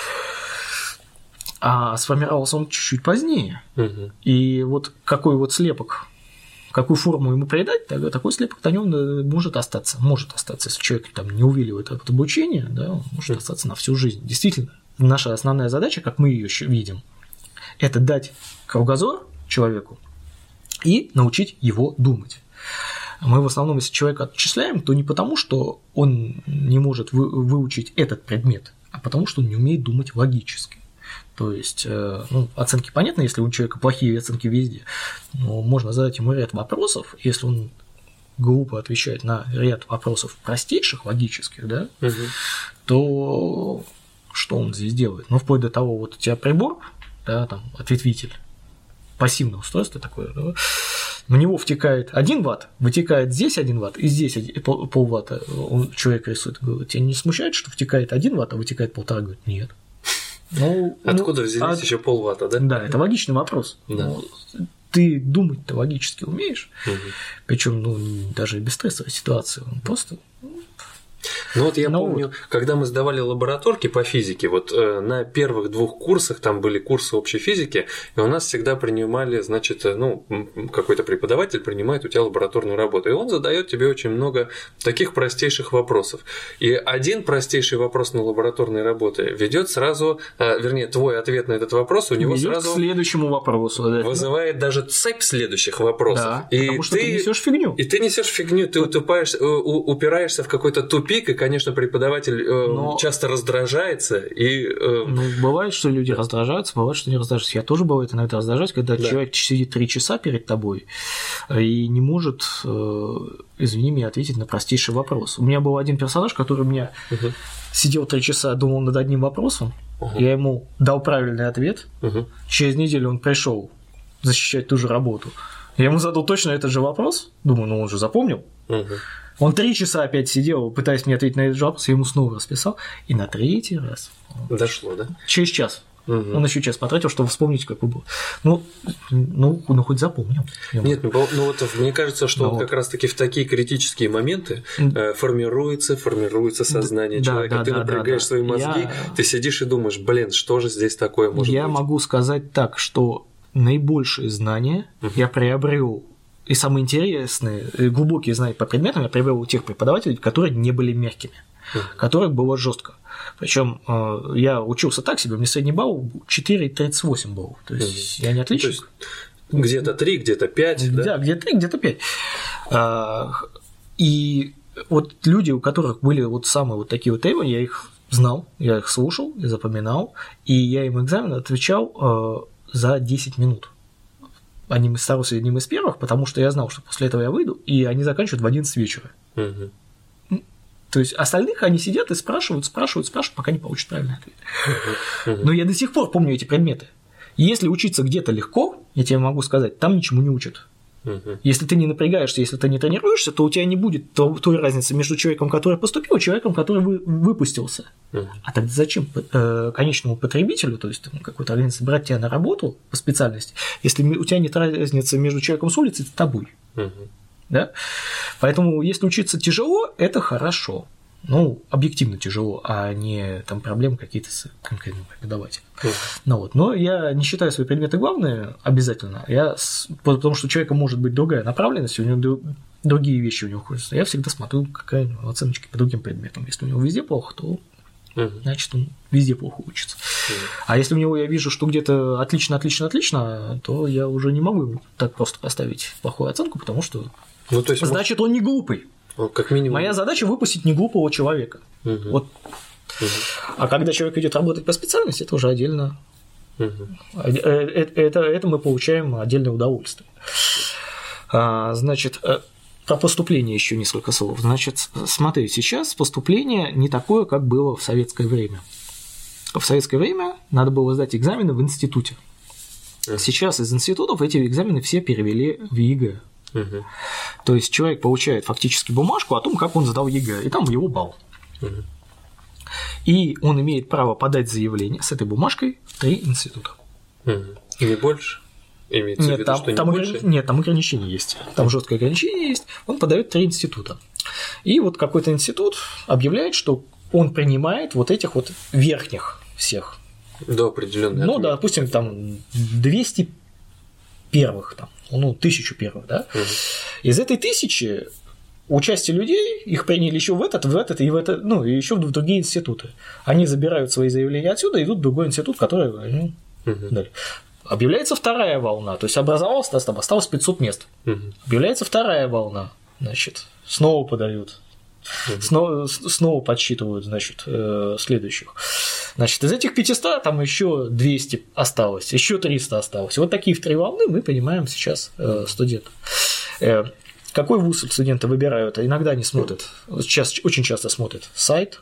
А сформировался он чуть-чуть позднее. Uh-huh. И вот какой вот слепок, какую форму ему придать, тогда такой слепок на нем может остаться. Может остаться, если человек там не увиливает от обучения, да, он может остаться на всю жизнь. Действительно, наша основная задача, как мы ее видим, это дать кругозор человеку и научить его думать. Мы в основном, если человека отчисляем, то не потому, что он не может вы, выучить этот предмет, а потому, что он не умеет думать логически. То есть, ну, оценки понятны, если у человека плохие оценки везде, но можно задать ему ряд вопросов, если он глупо отвечать на ряд вопросов простейших, логических, да, угу. то что он здесь делает? Ну, вплоть до того, вот у тебя прибор, да, там, ответвитель, пассивное устройство такое, да, в него втекает один ватт, вытекает здесь один ватт, и здесь полватта он, человек рисует. Говорит, тебя не смущает, что втекает один ватт, а вытекает полтора? Говорит, нет. Ну, Откуда ну, взялись от... еще полватта, да? Да, это логичный вопрос. Да. Но ты думать-то логически умеешь, угу. причем ну, даже без стрессовой ситуации, он просто. Ну вот я ну, помню, вот. когда мы сдавали лабораторки по физике, вот э, на первых двух курсах там были курсы общей физики, и у нас всегда принимали, значит, ну, какой-то преподаватель принимает у тебя лабораторную работу, и он задает тебе очень много таких простейших вопросов. И один простейший вопрос на лабораторной работе ведет сразу, э, вернее, твой ответ на этот вопрос у него ведёт сразу к следующему вопросу, да. вызывает даже цепь следующих вопросов. Да, и потому что ты, ты несешь фигню. И ты несешь фигню, ты утупаешь, упираешься в какой-то тупик. И, конечно, преподаватель э, Но... часто раздражается и. Э... Ну, бывает, что люди раздражаются, бывает, что не раздражаются. Я тоже бывает иногда раздражаюсь, когда да. человек сидит три часа перед тобой и не может, э, извини меня, ответить на простейший вопрос. У меня был один персонаж, который у меня угу. сидел три часа, думал над одним вопросом, угу. я ему дал правильный ответ. Угу. Через неделю он пришел защищать ту же работу. Я ему задал точно этот же вопрос. Думаю, ну он же запомнил. Угу. Он три часа опять сидел, пытаясь мне ответить на этот вопрос, я ему снова расписал, и на третий раз. Дошло, да? Через час. Угу. Он еще час потратил, чтобы вспомнить, как было. Ну, ну, ну хоть запомнил. Нет, ну, ну вот мне кажется, что ну, вот. как раз-таки в такие критические моменты э, формируется, формируется сознание да, человека. Да, ты да, напрягаешь да, да. свои мозги, я... ты сидишь и думаешь, блин, что же здесь такое может я быть? Я могу сказать так, что наибольшие знания угу. я приобрел. И самые интересные, глубокие знания по предметам я привел у тех преподавателей, которые не были мягкими, uh-huh. которых было жестко. Причем э, я учился так себе, у меня средний балл четыре целых тридцать восемь баллов. То есть uh-huh. я не отличник. То есть где-то три, где-то пять. Да, да где-то три, где-то пять. А, и вот люди, у которых были вот самые вот такие вот темы, я их знал, я их слушал, я запоминал, и я им экзамен отвечал э, за десять минут. Они старался одним из первых, потому что я знал, что после этого я выйду, и они заканчивают в одиннадцать вечера. Угу. То есть остальных они сидят и спрашивают, спрашивают, спрашивают, пока не получат правильный ответ. Угу. Но я до сих пор помню эти предметы. Если учиться где-то легко, я тебе могу сказать, там ничему не учат. Угу. Если ты не напрягаешься, если ты не тренируешься, то у тебя не будет той разницы между человеком, который поступил, и человеком, который вы, выпустился. Угу. А тогда зачем э, конечному потребителю, то есть какой-то организации, брать тебя на работу по специальности, если у тебя нет разницы между человеком с улицы и тобой? Угу. Да? Поэтому, если учиться тяжело, это хорошо. Ну, объективно тяжело, а не там проблемы какие-то с конкретным преподавателем. Mm. Ну, вот. Но я не считаю свои предметы главные обязательно, я, потому что у человека может быть другая направленность, у него другие вещи у него хочется. Я всегда смотрю, какая у него оценочка по другим предметам. Если у него везде плохо, то mm. значит он везде плохо учится. Mm. А если у него я вижу, что где-то отлично, отлично, отлично, то я уже не могу так просто поставить плохую оценку, потому что ну, то есть, значит он не глупый. Как минимум. Моя задача выпустить неглупого человека. Угу. Вот. Угу. А когда человек идет работать по специальности, это уже отдельно. Угу. Это, это, это мы получаем отдельное удовольствие. А, значит, про поступление еще несколько слов. Значит, смотри, сейчас поступление не такое, как было в советское время. В советское время надо было сдать экзамены в институте. Угу. Сейчас из институтов эти экзамены все перевели в ЕГЭ. Угу. То есть человек получает фактически бумажку о том, как он сдал ЕГЭ, и там его балл. Угу. И он имеет право подать заявление с этой бумажкой в три института. Угу. Не больше? Имеется нет, в виду, там, что не там больше? Огр... Нет, там ограничения есть. Там жесткое ограничение есть. Он подает три института. И вот какой-то институт объявляет, что он принимает вот этих вот верхних всех. До определенной. Ну, да, допустим, там двести первых там. Ну, тысячу первых, да? Угу. Из этой тысячи участие людей, их приняли еще в этот, в этот и в этот, ну, и еще в другие институты. Они забирают свои заявления отсюда и идут в другой институт, который они угу. дали. Объявляется вторая волна, то есть образовалось, там осталось пятьсот мест. Угу. Объявляется вторая волна, значит, снова подают. Угу. Снова, снова подсчитывают, значит, э, следующих. Значит, из этих пятисот там еще двести осталось, еще триста осталось. И вот такие в три волны мы понимаем сейчас э, студентов. Э, какой вуз студенты выбирают? Иногда они смотрят, сейчас, очень часто смотрят сайт,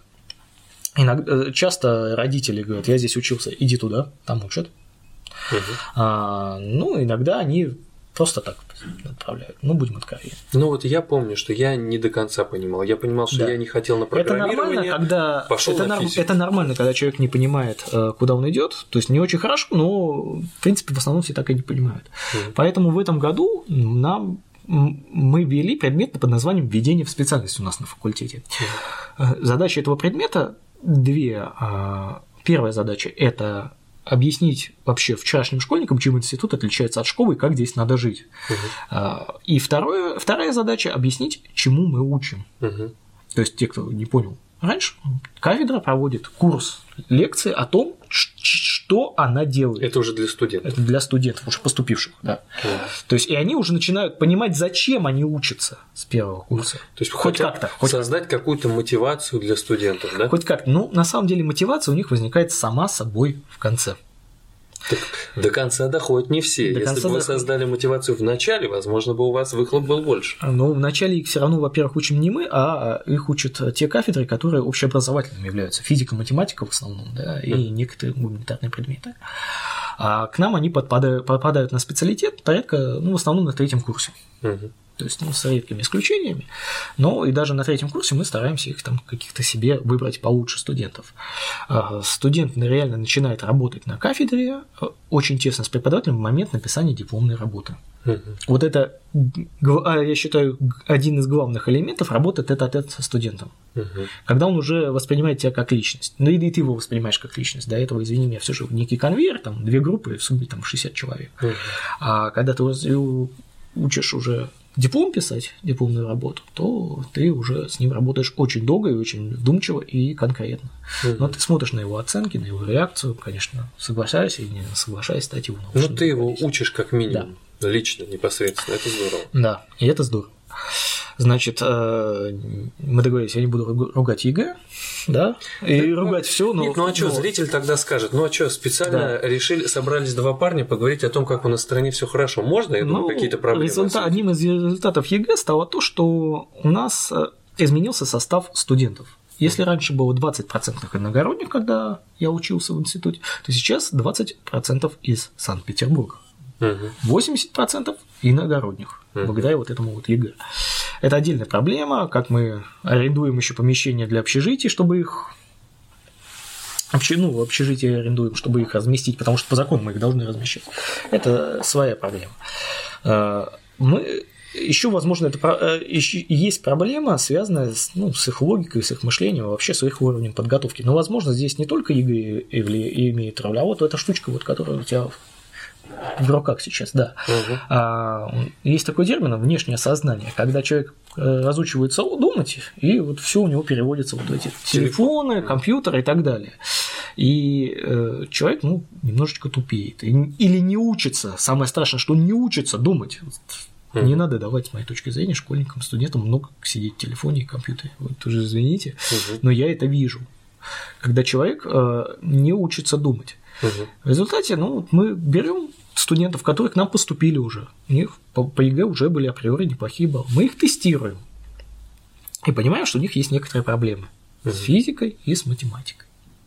иногда, часто родители говорят, я здесь учился, иди туда, там учат. Угу. А, ну, иногда они просто так отправляют, ну, будем откровенны. Ну, вот я помню, что я не до конца понимал. Я понимал, что да. я не хотел на программирование, это нормально, когда... пошел это на норм... физику. Это нормально, когда человек не понимает, куда он идет. То есть не очень хорошо, но, в принципе, в основном все так и не понимают. Угу. Поэтому в этом году нам... мы ввели предмет под названием «Введение в специальность» у нас на факультете. Угу. Задача этого предмета две. Первая задача – это объяснить вообще вчерашним школьникам, чем институт отличается от школы и как здесь надо жить. Угу. И второе, вторая задача – объяснить, чему мы учим. Угу. То есть те, кто не понял раньше, кафедра проводит курс, лекции о том, что она делает. Это уже для студентов. Это для студентов, уже поступивших, да. Mm. То есть и они уже начинают понимать, зачем они учатся с первого курса. То есть хоть как-то хоть создать как-то. какую-то мотивацию для студентов, да? Хоть как-то. Ну, на самом деле мотивация у них возникает сама собой в конце. Так до конца доходят не все. До Если бы вы доходит. создали мотивацию в начале, возможно, бы у вас выхлоп был больше. Ну, в начале их все равно, во-первых, учим не мы, а их учат те кафедры, которые общеобразовательными являются. Физика, математика в основном, да, и mm. некоторые гуманитарные предметы. А к нам они попадают, попадают на специалитет порядка, ну, в основном на третьем курсе. Mm-hmm. То есть, ну, с редкими исключениями, но и даже на третьем курсе мы стараемся их там каких-то себе выбрать получше студентов. Студент реально начинает работать на кафедре очень тесно с преподавателем в момент написания дипломной работы. Uh-huh. Вот это, я считаю, один из главных элементов работы тет-а-тет со студентом. Uh-huh. Когда он уже воспринимает тебя как личность. Ну и ты его воспринимаешь как личность. До этого, извини меня, все же некий конвейер, там две группы, в сумме там шестьдесят человек. Uh-huh. А когда ты учишь уже диплом писать, дипломную работу, то ты уже с ним работаешь очень долго и очень вдумчиво и конкретно. Mm-hmm. Но ты смотришь на его оценки, на его реакцию, конечно, соглашаясь или не соглашаясь, стать его научным. Ну, ты его учишь как минимум, да. лично, непосредственно, это здорово. Да, и это здорово. Значит, мы договорились, я не буду ругать ЕГЭ, да, и да, ругать ну, все, но... Нет, ну а что, но... зритель тогда скажет, ну а что, специально да. решили, собрались два парня поговорить о том, как у нас в стране все хорошо. Можно, я думаю, ну, какие-то проблемы? Результат, одним из результатов ЕГЭ стало то, что у нас изменился состав студентов. Если раньше было двадцать процентов иногородних, когда я учился в институте, то сейчас двадцать процентов из Санкт-Петербурга. восемьдесят процентов иногородних, uh-huh. благодаря вот этому вот ЕГЭ. Это отдельная проблема, как мы арендуем еще помещения для общежитий, чтобы их... Ну, в общежитии арендуем, чтобы их разместить, потому что по закону мы их должны размещать. Это своя проблема. Мы... Еще, возможно, это еще есть проблема, связанная с, ну, с их логикой, с их мышлением, вообще с их уровнем подготовки. Но, возможно, здесь не только ЕГЭ имеет роль, а вот эта штучка, вот, которая у тебя в руках сейчас, да. Угу. А, есть такой термин – внешнее сознание, когда человек разучивается думать, и вот все у него переводится вот в эти телефоны, компьютеры и так далее. И э, человек, ну, немножечко тупеет. Или не учится. Самое страшное, что он не учится думать. Mm-hmm. Не надо давать, с моей точки зрения, школьникам, студентам много сидеть в телефоне и компьютере. Вот уже извините, mm-hmm. но я это вижу. Когда человек э, не учится думать. Mm-hmm. В результате, ну, мы берем студентов, которые к нам поступили уже. У них по, по ЕГЭ уже были априори неплохие баллы. Мы их тестируем. И понимаем, что у них есть некоторые проблемы mm-hmm. с физикой и с математикой.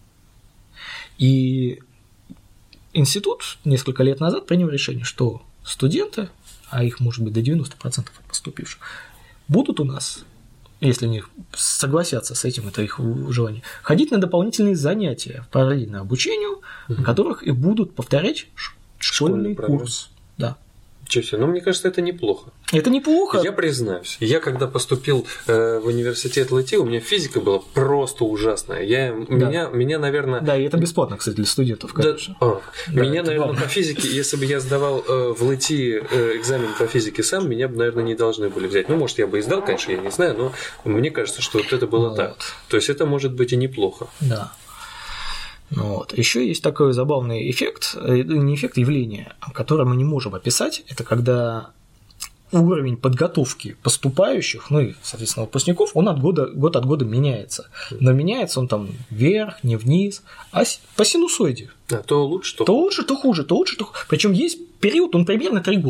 И институт несколько лет назад принял решение, что студенты, а их может быть до девяноста процентов от поступивших, будут у нас, если они согласятся с этим, это их желание, ходить на дополнительные занятия параллельно обучению, угу. на которых и будут повторять школьный, школьный курс. Да. Честно, ну, мне кажется, это неплохо. Это неплохо. Я признаюсь, я когда поступил э, в университет ЛТИ, у меня физика была просто ужасная. Я, да. меня, меня, наверное... Да, и это бесплатно, кстати, для студентов, конечно. Да, а, да, меня, наверное, главное. По физике, если бы я сдавал э, в ЛТИ э, экзамен по физике сам, меня бы, наверное, не должны были взять. Ну, может, я бы и сдал, конечно, я не знаю, но мне кажется, что вот это было вот. так. То есть это может быть и неплохо. Да. Вот. Еще есть такой забавный эффект, не эффект, явление, которое мы не можем описать. Это когда уровень подготовки поступающих, ну и, соответственно, выпускников, он от года, год от года меняется. Но меняется он там вверх, не вниз, а по синусоиде. Да, то лучше, то, то лучше, то хуже, то лучше, то хуже. Причем есть период, он примерно три года.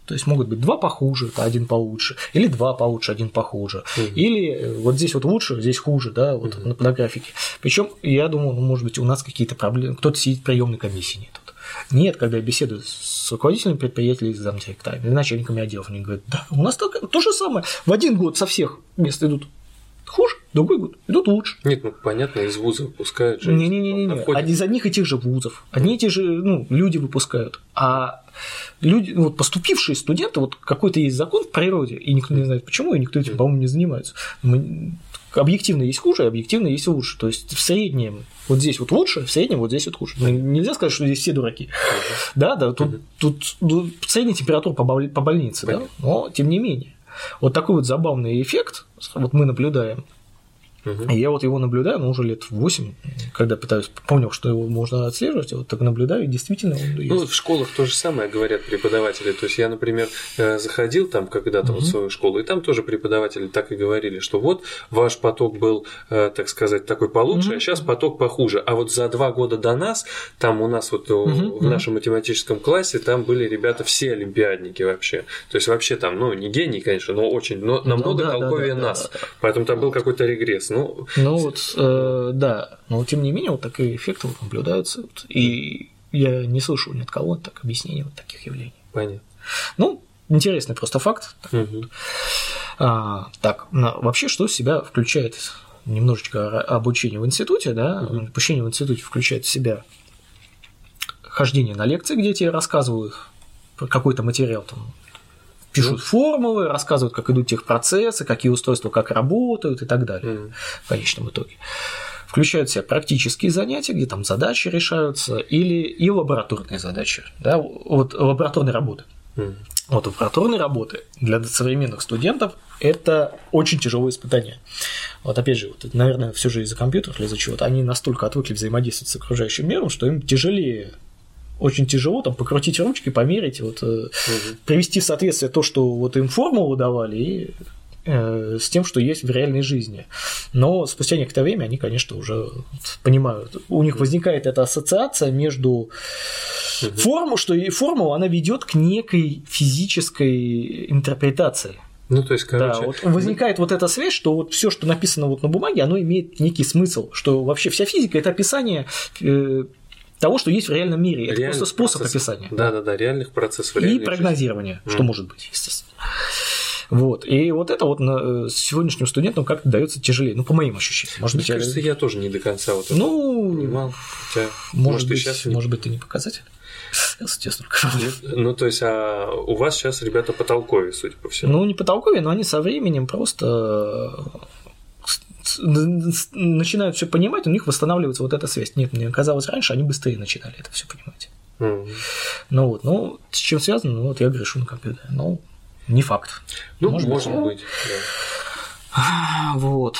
То есть могут быть два похуже, один получше, или два получше, один похуже, mm-hmm. или вот здесь вот лучше, здесь хуже, да, вот mm-hmm. на графике. Причем я думаю, ну, может быть, у нас какие-то проблемы, кто-то сидит в приемной комиссии не тут. Нет, когда я беседую с руководителями предприятий, с замдиректорами или начальниками отделов, они говорят, да, у нас то, то же самое, в один год со всех мест идут хуже, другой год идут лучше. Нет, ну понятно, из вуза выпускают же. Не-не-не, из одних и тех же вузов, одни и те же ну, люди выпускают, а люди, вот поступившие студенты, вот какой-то есть закон в природе, и никто не знает почему, и никто этим, по-моему, не занимается. Мы, объективно есть хуже, объективно есть лучше. То есть в среднем вот здесь вот лучше, в среднем вот здесь вот хуже. Но нельзя сказать, что здесь все дураки. Да, да, тут, тут, тут средняя температура по, боль, по больнице, да, но тем не менее. Вот такой вот забавный эффект вот мы наблюдаем. Uh-huh. И я вот его наблюдаю, ну, уже лет восемь, когда пытаюсь, понял, что его можно отслеживать, вот так наблюдаю, и действительно он есть. Ну, в школах то же самое говорят преподаватели. То есть я, например, заходил там когда-то uh-huh. в свою школу, и там тоже преподаватели так и говорили, что вот ваш поток был, так сказать, такой получше, uh-huh. а сейчас поток похуже. А вот за два года до нас, там у нас вот uh-huh. в нашем математическом классе, там были ребята все олимпиадники вообще. То есть вообще там, ну, не гении, конечно, но очень, но намного ну, да, толковее да, да, нас. Да, да. Поэтому там был какой-то регресс. Ну, ну вот, э, да, но тем не менее вот такие эффекты вот наблюдаются, вот, и я не слышал ни от кого так объяснений вот таких явлений. Понятно. Ну, интересный просто факт. Угу. А, так, вообще, что в себя включает немножечко обучение в институте, да, угу. обучение в институте включает в себя хождение на лекции, где тебе рассказывают какой-то материал там. Пишут формулы, рассказывают, как идут техпроцессы, какие устройства как работают и так далее mm. в конечном итоге. Включают в себя практические занятия, где там задачи решаются, или и лабораторные задачи, да, вот лабораторные работы. Mm. Вот лабораторные работы для современных студентов – это очень тяжелое испытание. Вот опять же, вот, наверное, все же из-за компьютеров или из-за чего-то, они настолько отвыкли взаимодействовать с окружающим миром, что им тяжелее. Очень тяжело там покрутить ручки, померить, вот, угу. привести в соответствие то, что вот им формулу давали, и э, с тем, что есть в реальной жизни. Но спустя некоторое время они, конечно, уже понимают, у них возникает эта ассоциация между угу. формулой, что и формула, она ведет к некой физической интерпретации. Ну, то есть, короче... Да, вот возникает вот эта связь, что вот все, что написано вот на бумаге, оно имеет некий смысл, что вообще вся физика – это описание э, того, что есть в реальном мире. Это реальных просто способ процесс... описания. Да-да-да, реальных процессов. И прогнозирования, жизни. Что mm. может быть, естественно. Вот. И вот это вот на... сегодняшним студентам как-то дается тяжелее, ну, по моим ощущениям. Может Мне быть, кажется, я... я тоже не до конца вот это ну, понимал. Хотя, может, может, быть, сейчас... может быть, ты не показатель? Ну, то есть, а у вас сейчас ребята потолковые, судя по всему. Ну, не потолковые, но они со временем просто начинают все понимать, у них восстанавливается вот эта связь. Нет, мне казалось, раньше они быстрее начинали это все понимать. Mm-hmm. Ну вот, ну, с чем связано, ну вот я грешу на компьютере. Ну, не факт. Ну, может, может быть. быть да. Вот.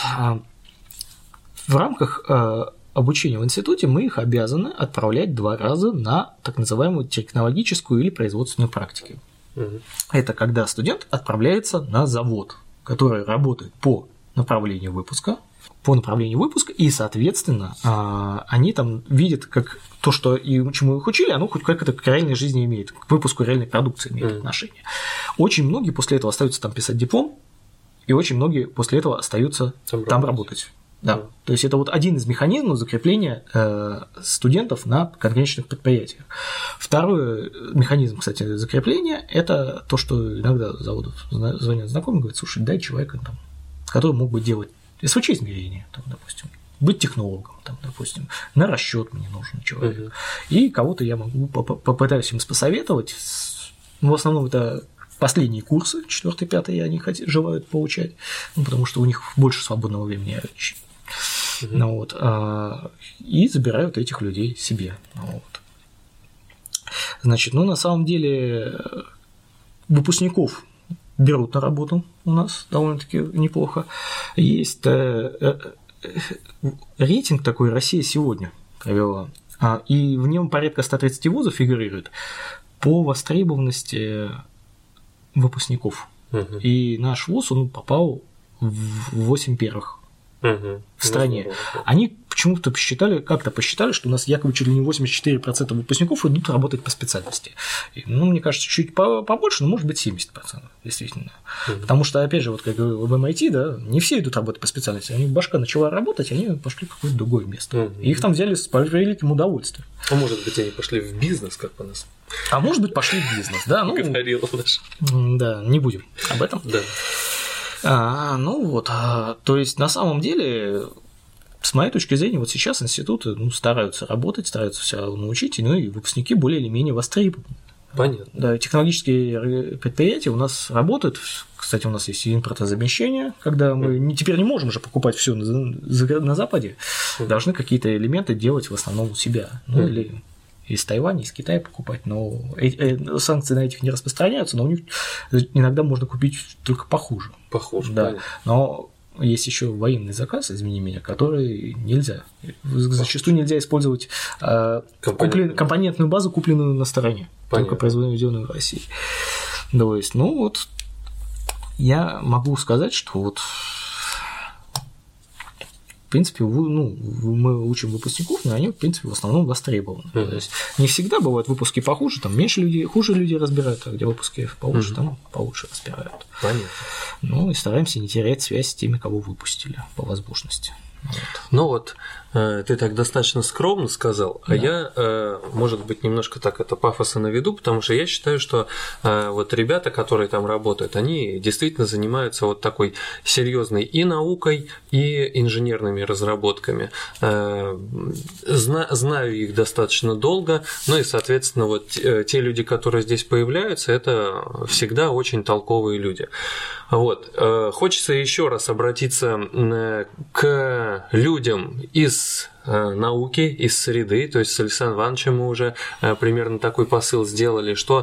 В рамках обучения в институте мы их обязаны отправлять два раза на так называемую технологическую или производственную практику. Mm-hmm. Это когда студент отправляется на завод, который работает по направлению выпуска, по направлению выпуска, и, соответственно, они там видят, как то, что и чему их учили, оно хоть как-то к реальной жизни имеет, к выпуску реальной продукции имеет mm. отношение. Очень многие после этого остаются там писать диплом, и очень многие после этого остаются там, там работать. Да. Mm. То есть это вот один из механизмов закрепления э, студентов на конкретных предприятиях. Второй механизм, кстати, закрепления – это то, что иногда заводов звонят знакомые, говорят, слушай, дай человека, там, который мог бы делать эс вэ че-измерения, там, допустим, быть технологом, там, допустим, на расчет мне нужен человек. Uh-huh. И кого-то я могу попытаюсь им посоветовать. В основном это последние курсы, четвёртый, пятый, они хотят, желают получать, ну, потому что у них больше свободного времени. Uh-huh. Ну, вот, а, и забирают этих людей себе. Вот. Значит, ну, на самом деле, выпускников берут на работу у нас довольно-таки неплохо. Есть э, э, э, рейтинг такой «Россия сегодня» провела, а, и в нем порядка ста тридцати вузов фигурирует по востребованности выпускников. Угу. И наш вуз, он попал в восемь первых угу. в стране. Они почему-то посчитали, как-то посчитали, что у нас якобы чуть ли не восемьдесят четыре процента выпускников идут работать по специальности. Ну, мне кажется, чуть побольше, но может быть семьдесят процентов, действительно. Mm-hmm. Потому что, опять же, вот как в эм ай ти, да, не все идут работать по специальности. Они башка начала работать, они пошли в какое-то другое место. Mm-hmm. И их там взяли с великим удовольствием. А может быть, они пошли в бизнес, как по нас. А может быть, пошли в бизнес, да. Ну, говорил наш. Да, не будем об этом. Да. А, ну вот, а, то есть на самом деле, с моей точки зрения, вот сейчас институты ну, стараются работать, стараются все научить, ну и выпускники более или менее востребованы. Понятно. Да, технологические предприятия у нас работают. Кстати, у нас есть импортозамещение, когда мы не, теперь не можем же покупать все на, на Западе, mm. должны какие-то элементы делать в основном у себя. Ну mm. или из Тайваня, из Китая покупать, но санкции на этих не распространяются, но у них иногда можно купить только похуже. Похуже, да. Понятно. Но есть еще военный заказ, извини меня, который нельзя. Зачастую нельзя использовать э, куплен, компонентную базу, купленную на стороне, Понятно. Только произведенную в России. То есть, ну вот, я могу сказать, что вот в принципе, ну, мы учим выпускников, но они, в принципе, в основном востребованы. Mm-hmm. То есть не всегда бывают выпуски похуже, там меньше людей, хуже людей разбирают, а где выпуски получше, mm-hmm. там получше разбирают. Понятно. Ну и стараемся не терять связь с теми, кого выпустили по возможности. Вот. Ну вот, э, ты так достаточно скромно сказал, да. а я, э, может быть, немножко так это пафоса наведу, потому что я считаю, что э, вот ребята, которые там работают, они действительно занимаются вот такой серьезной и наукой, и инженерными разработками. Э, зна- знаю их достаточно долго, ну и, соответственно, вот те люди, которые здесь появляются, это всегда очень толковые люди. Вот. Хочется еще раз обратиться к людям из науки, из среды, то есть с Александром Ивановичем мы уже примерно такой посыл сделали, что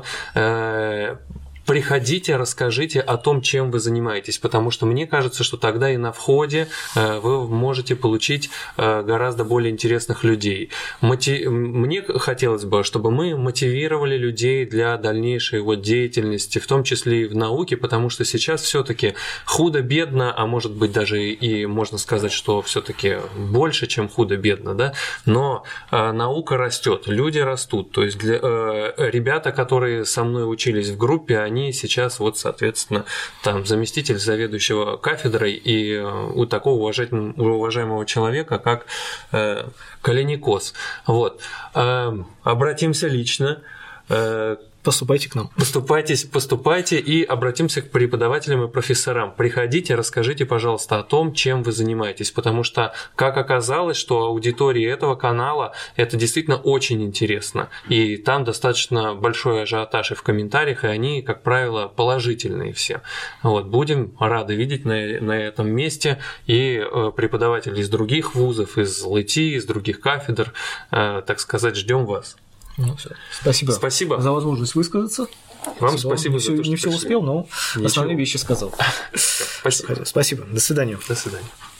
приходите, расскажите о том, чем вы занимаетесь, потому что мне кажется, что тогда и на входе вы можете получить гораздо более интересных людей. Мотив... Мне хотелось бы, чтобы мы мотивировали людей для дальнейшей вот деятельности, в том числе и в науке, потому что сейчас все-таки худо-бедно, а может быть даже и можно сказать, что все-таки больше, чем худо-бедно, да, но наука растет, люди растут, то есть для... ребята, которые со мной учились в группе, они Они сейчас, вот, соответственно, там заместитель заведующего кафедрой и у такого уважаемого человека, как э, Калиникос. Вот. Э, обратимся лично. Э, Поступайте к нам. Поступайте, поступайте и обратимся к преподавателям и профессорам. Приходите, расскажите, пожалуйста, о том, чем вы занимаетесь, потому что, как оказалось, что аудитории этого канала это действительно очень интересно, и там достаточно большой ажиотаж и в комментариях, и они, как правило, положительные все. Вот, будем рады видеть на, на этом месте и преподавателей из других вузов, из эл ай ти, из других кафедр, так сказать, ждем вас. Ну, все. Спасибо. Спасибо за возможность высказаться. Вам спасибо, спасибо не за то, что Не все успел, но Ничего. Основные вещи сказал. Спасибо. Спасибо. До свидания. До свидания.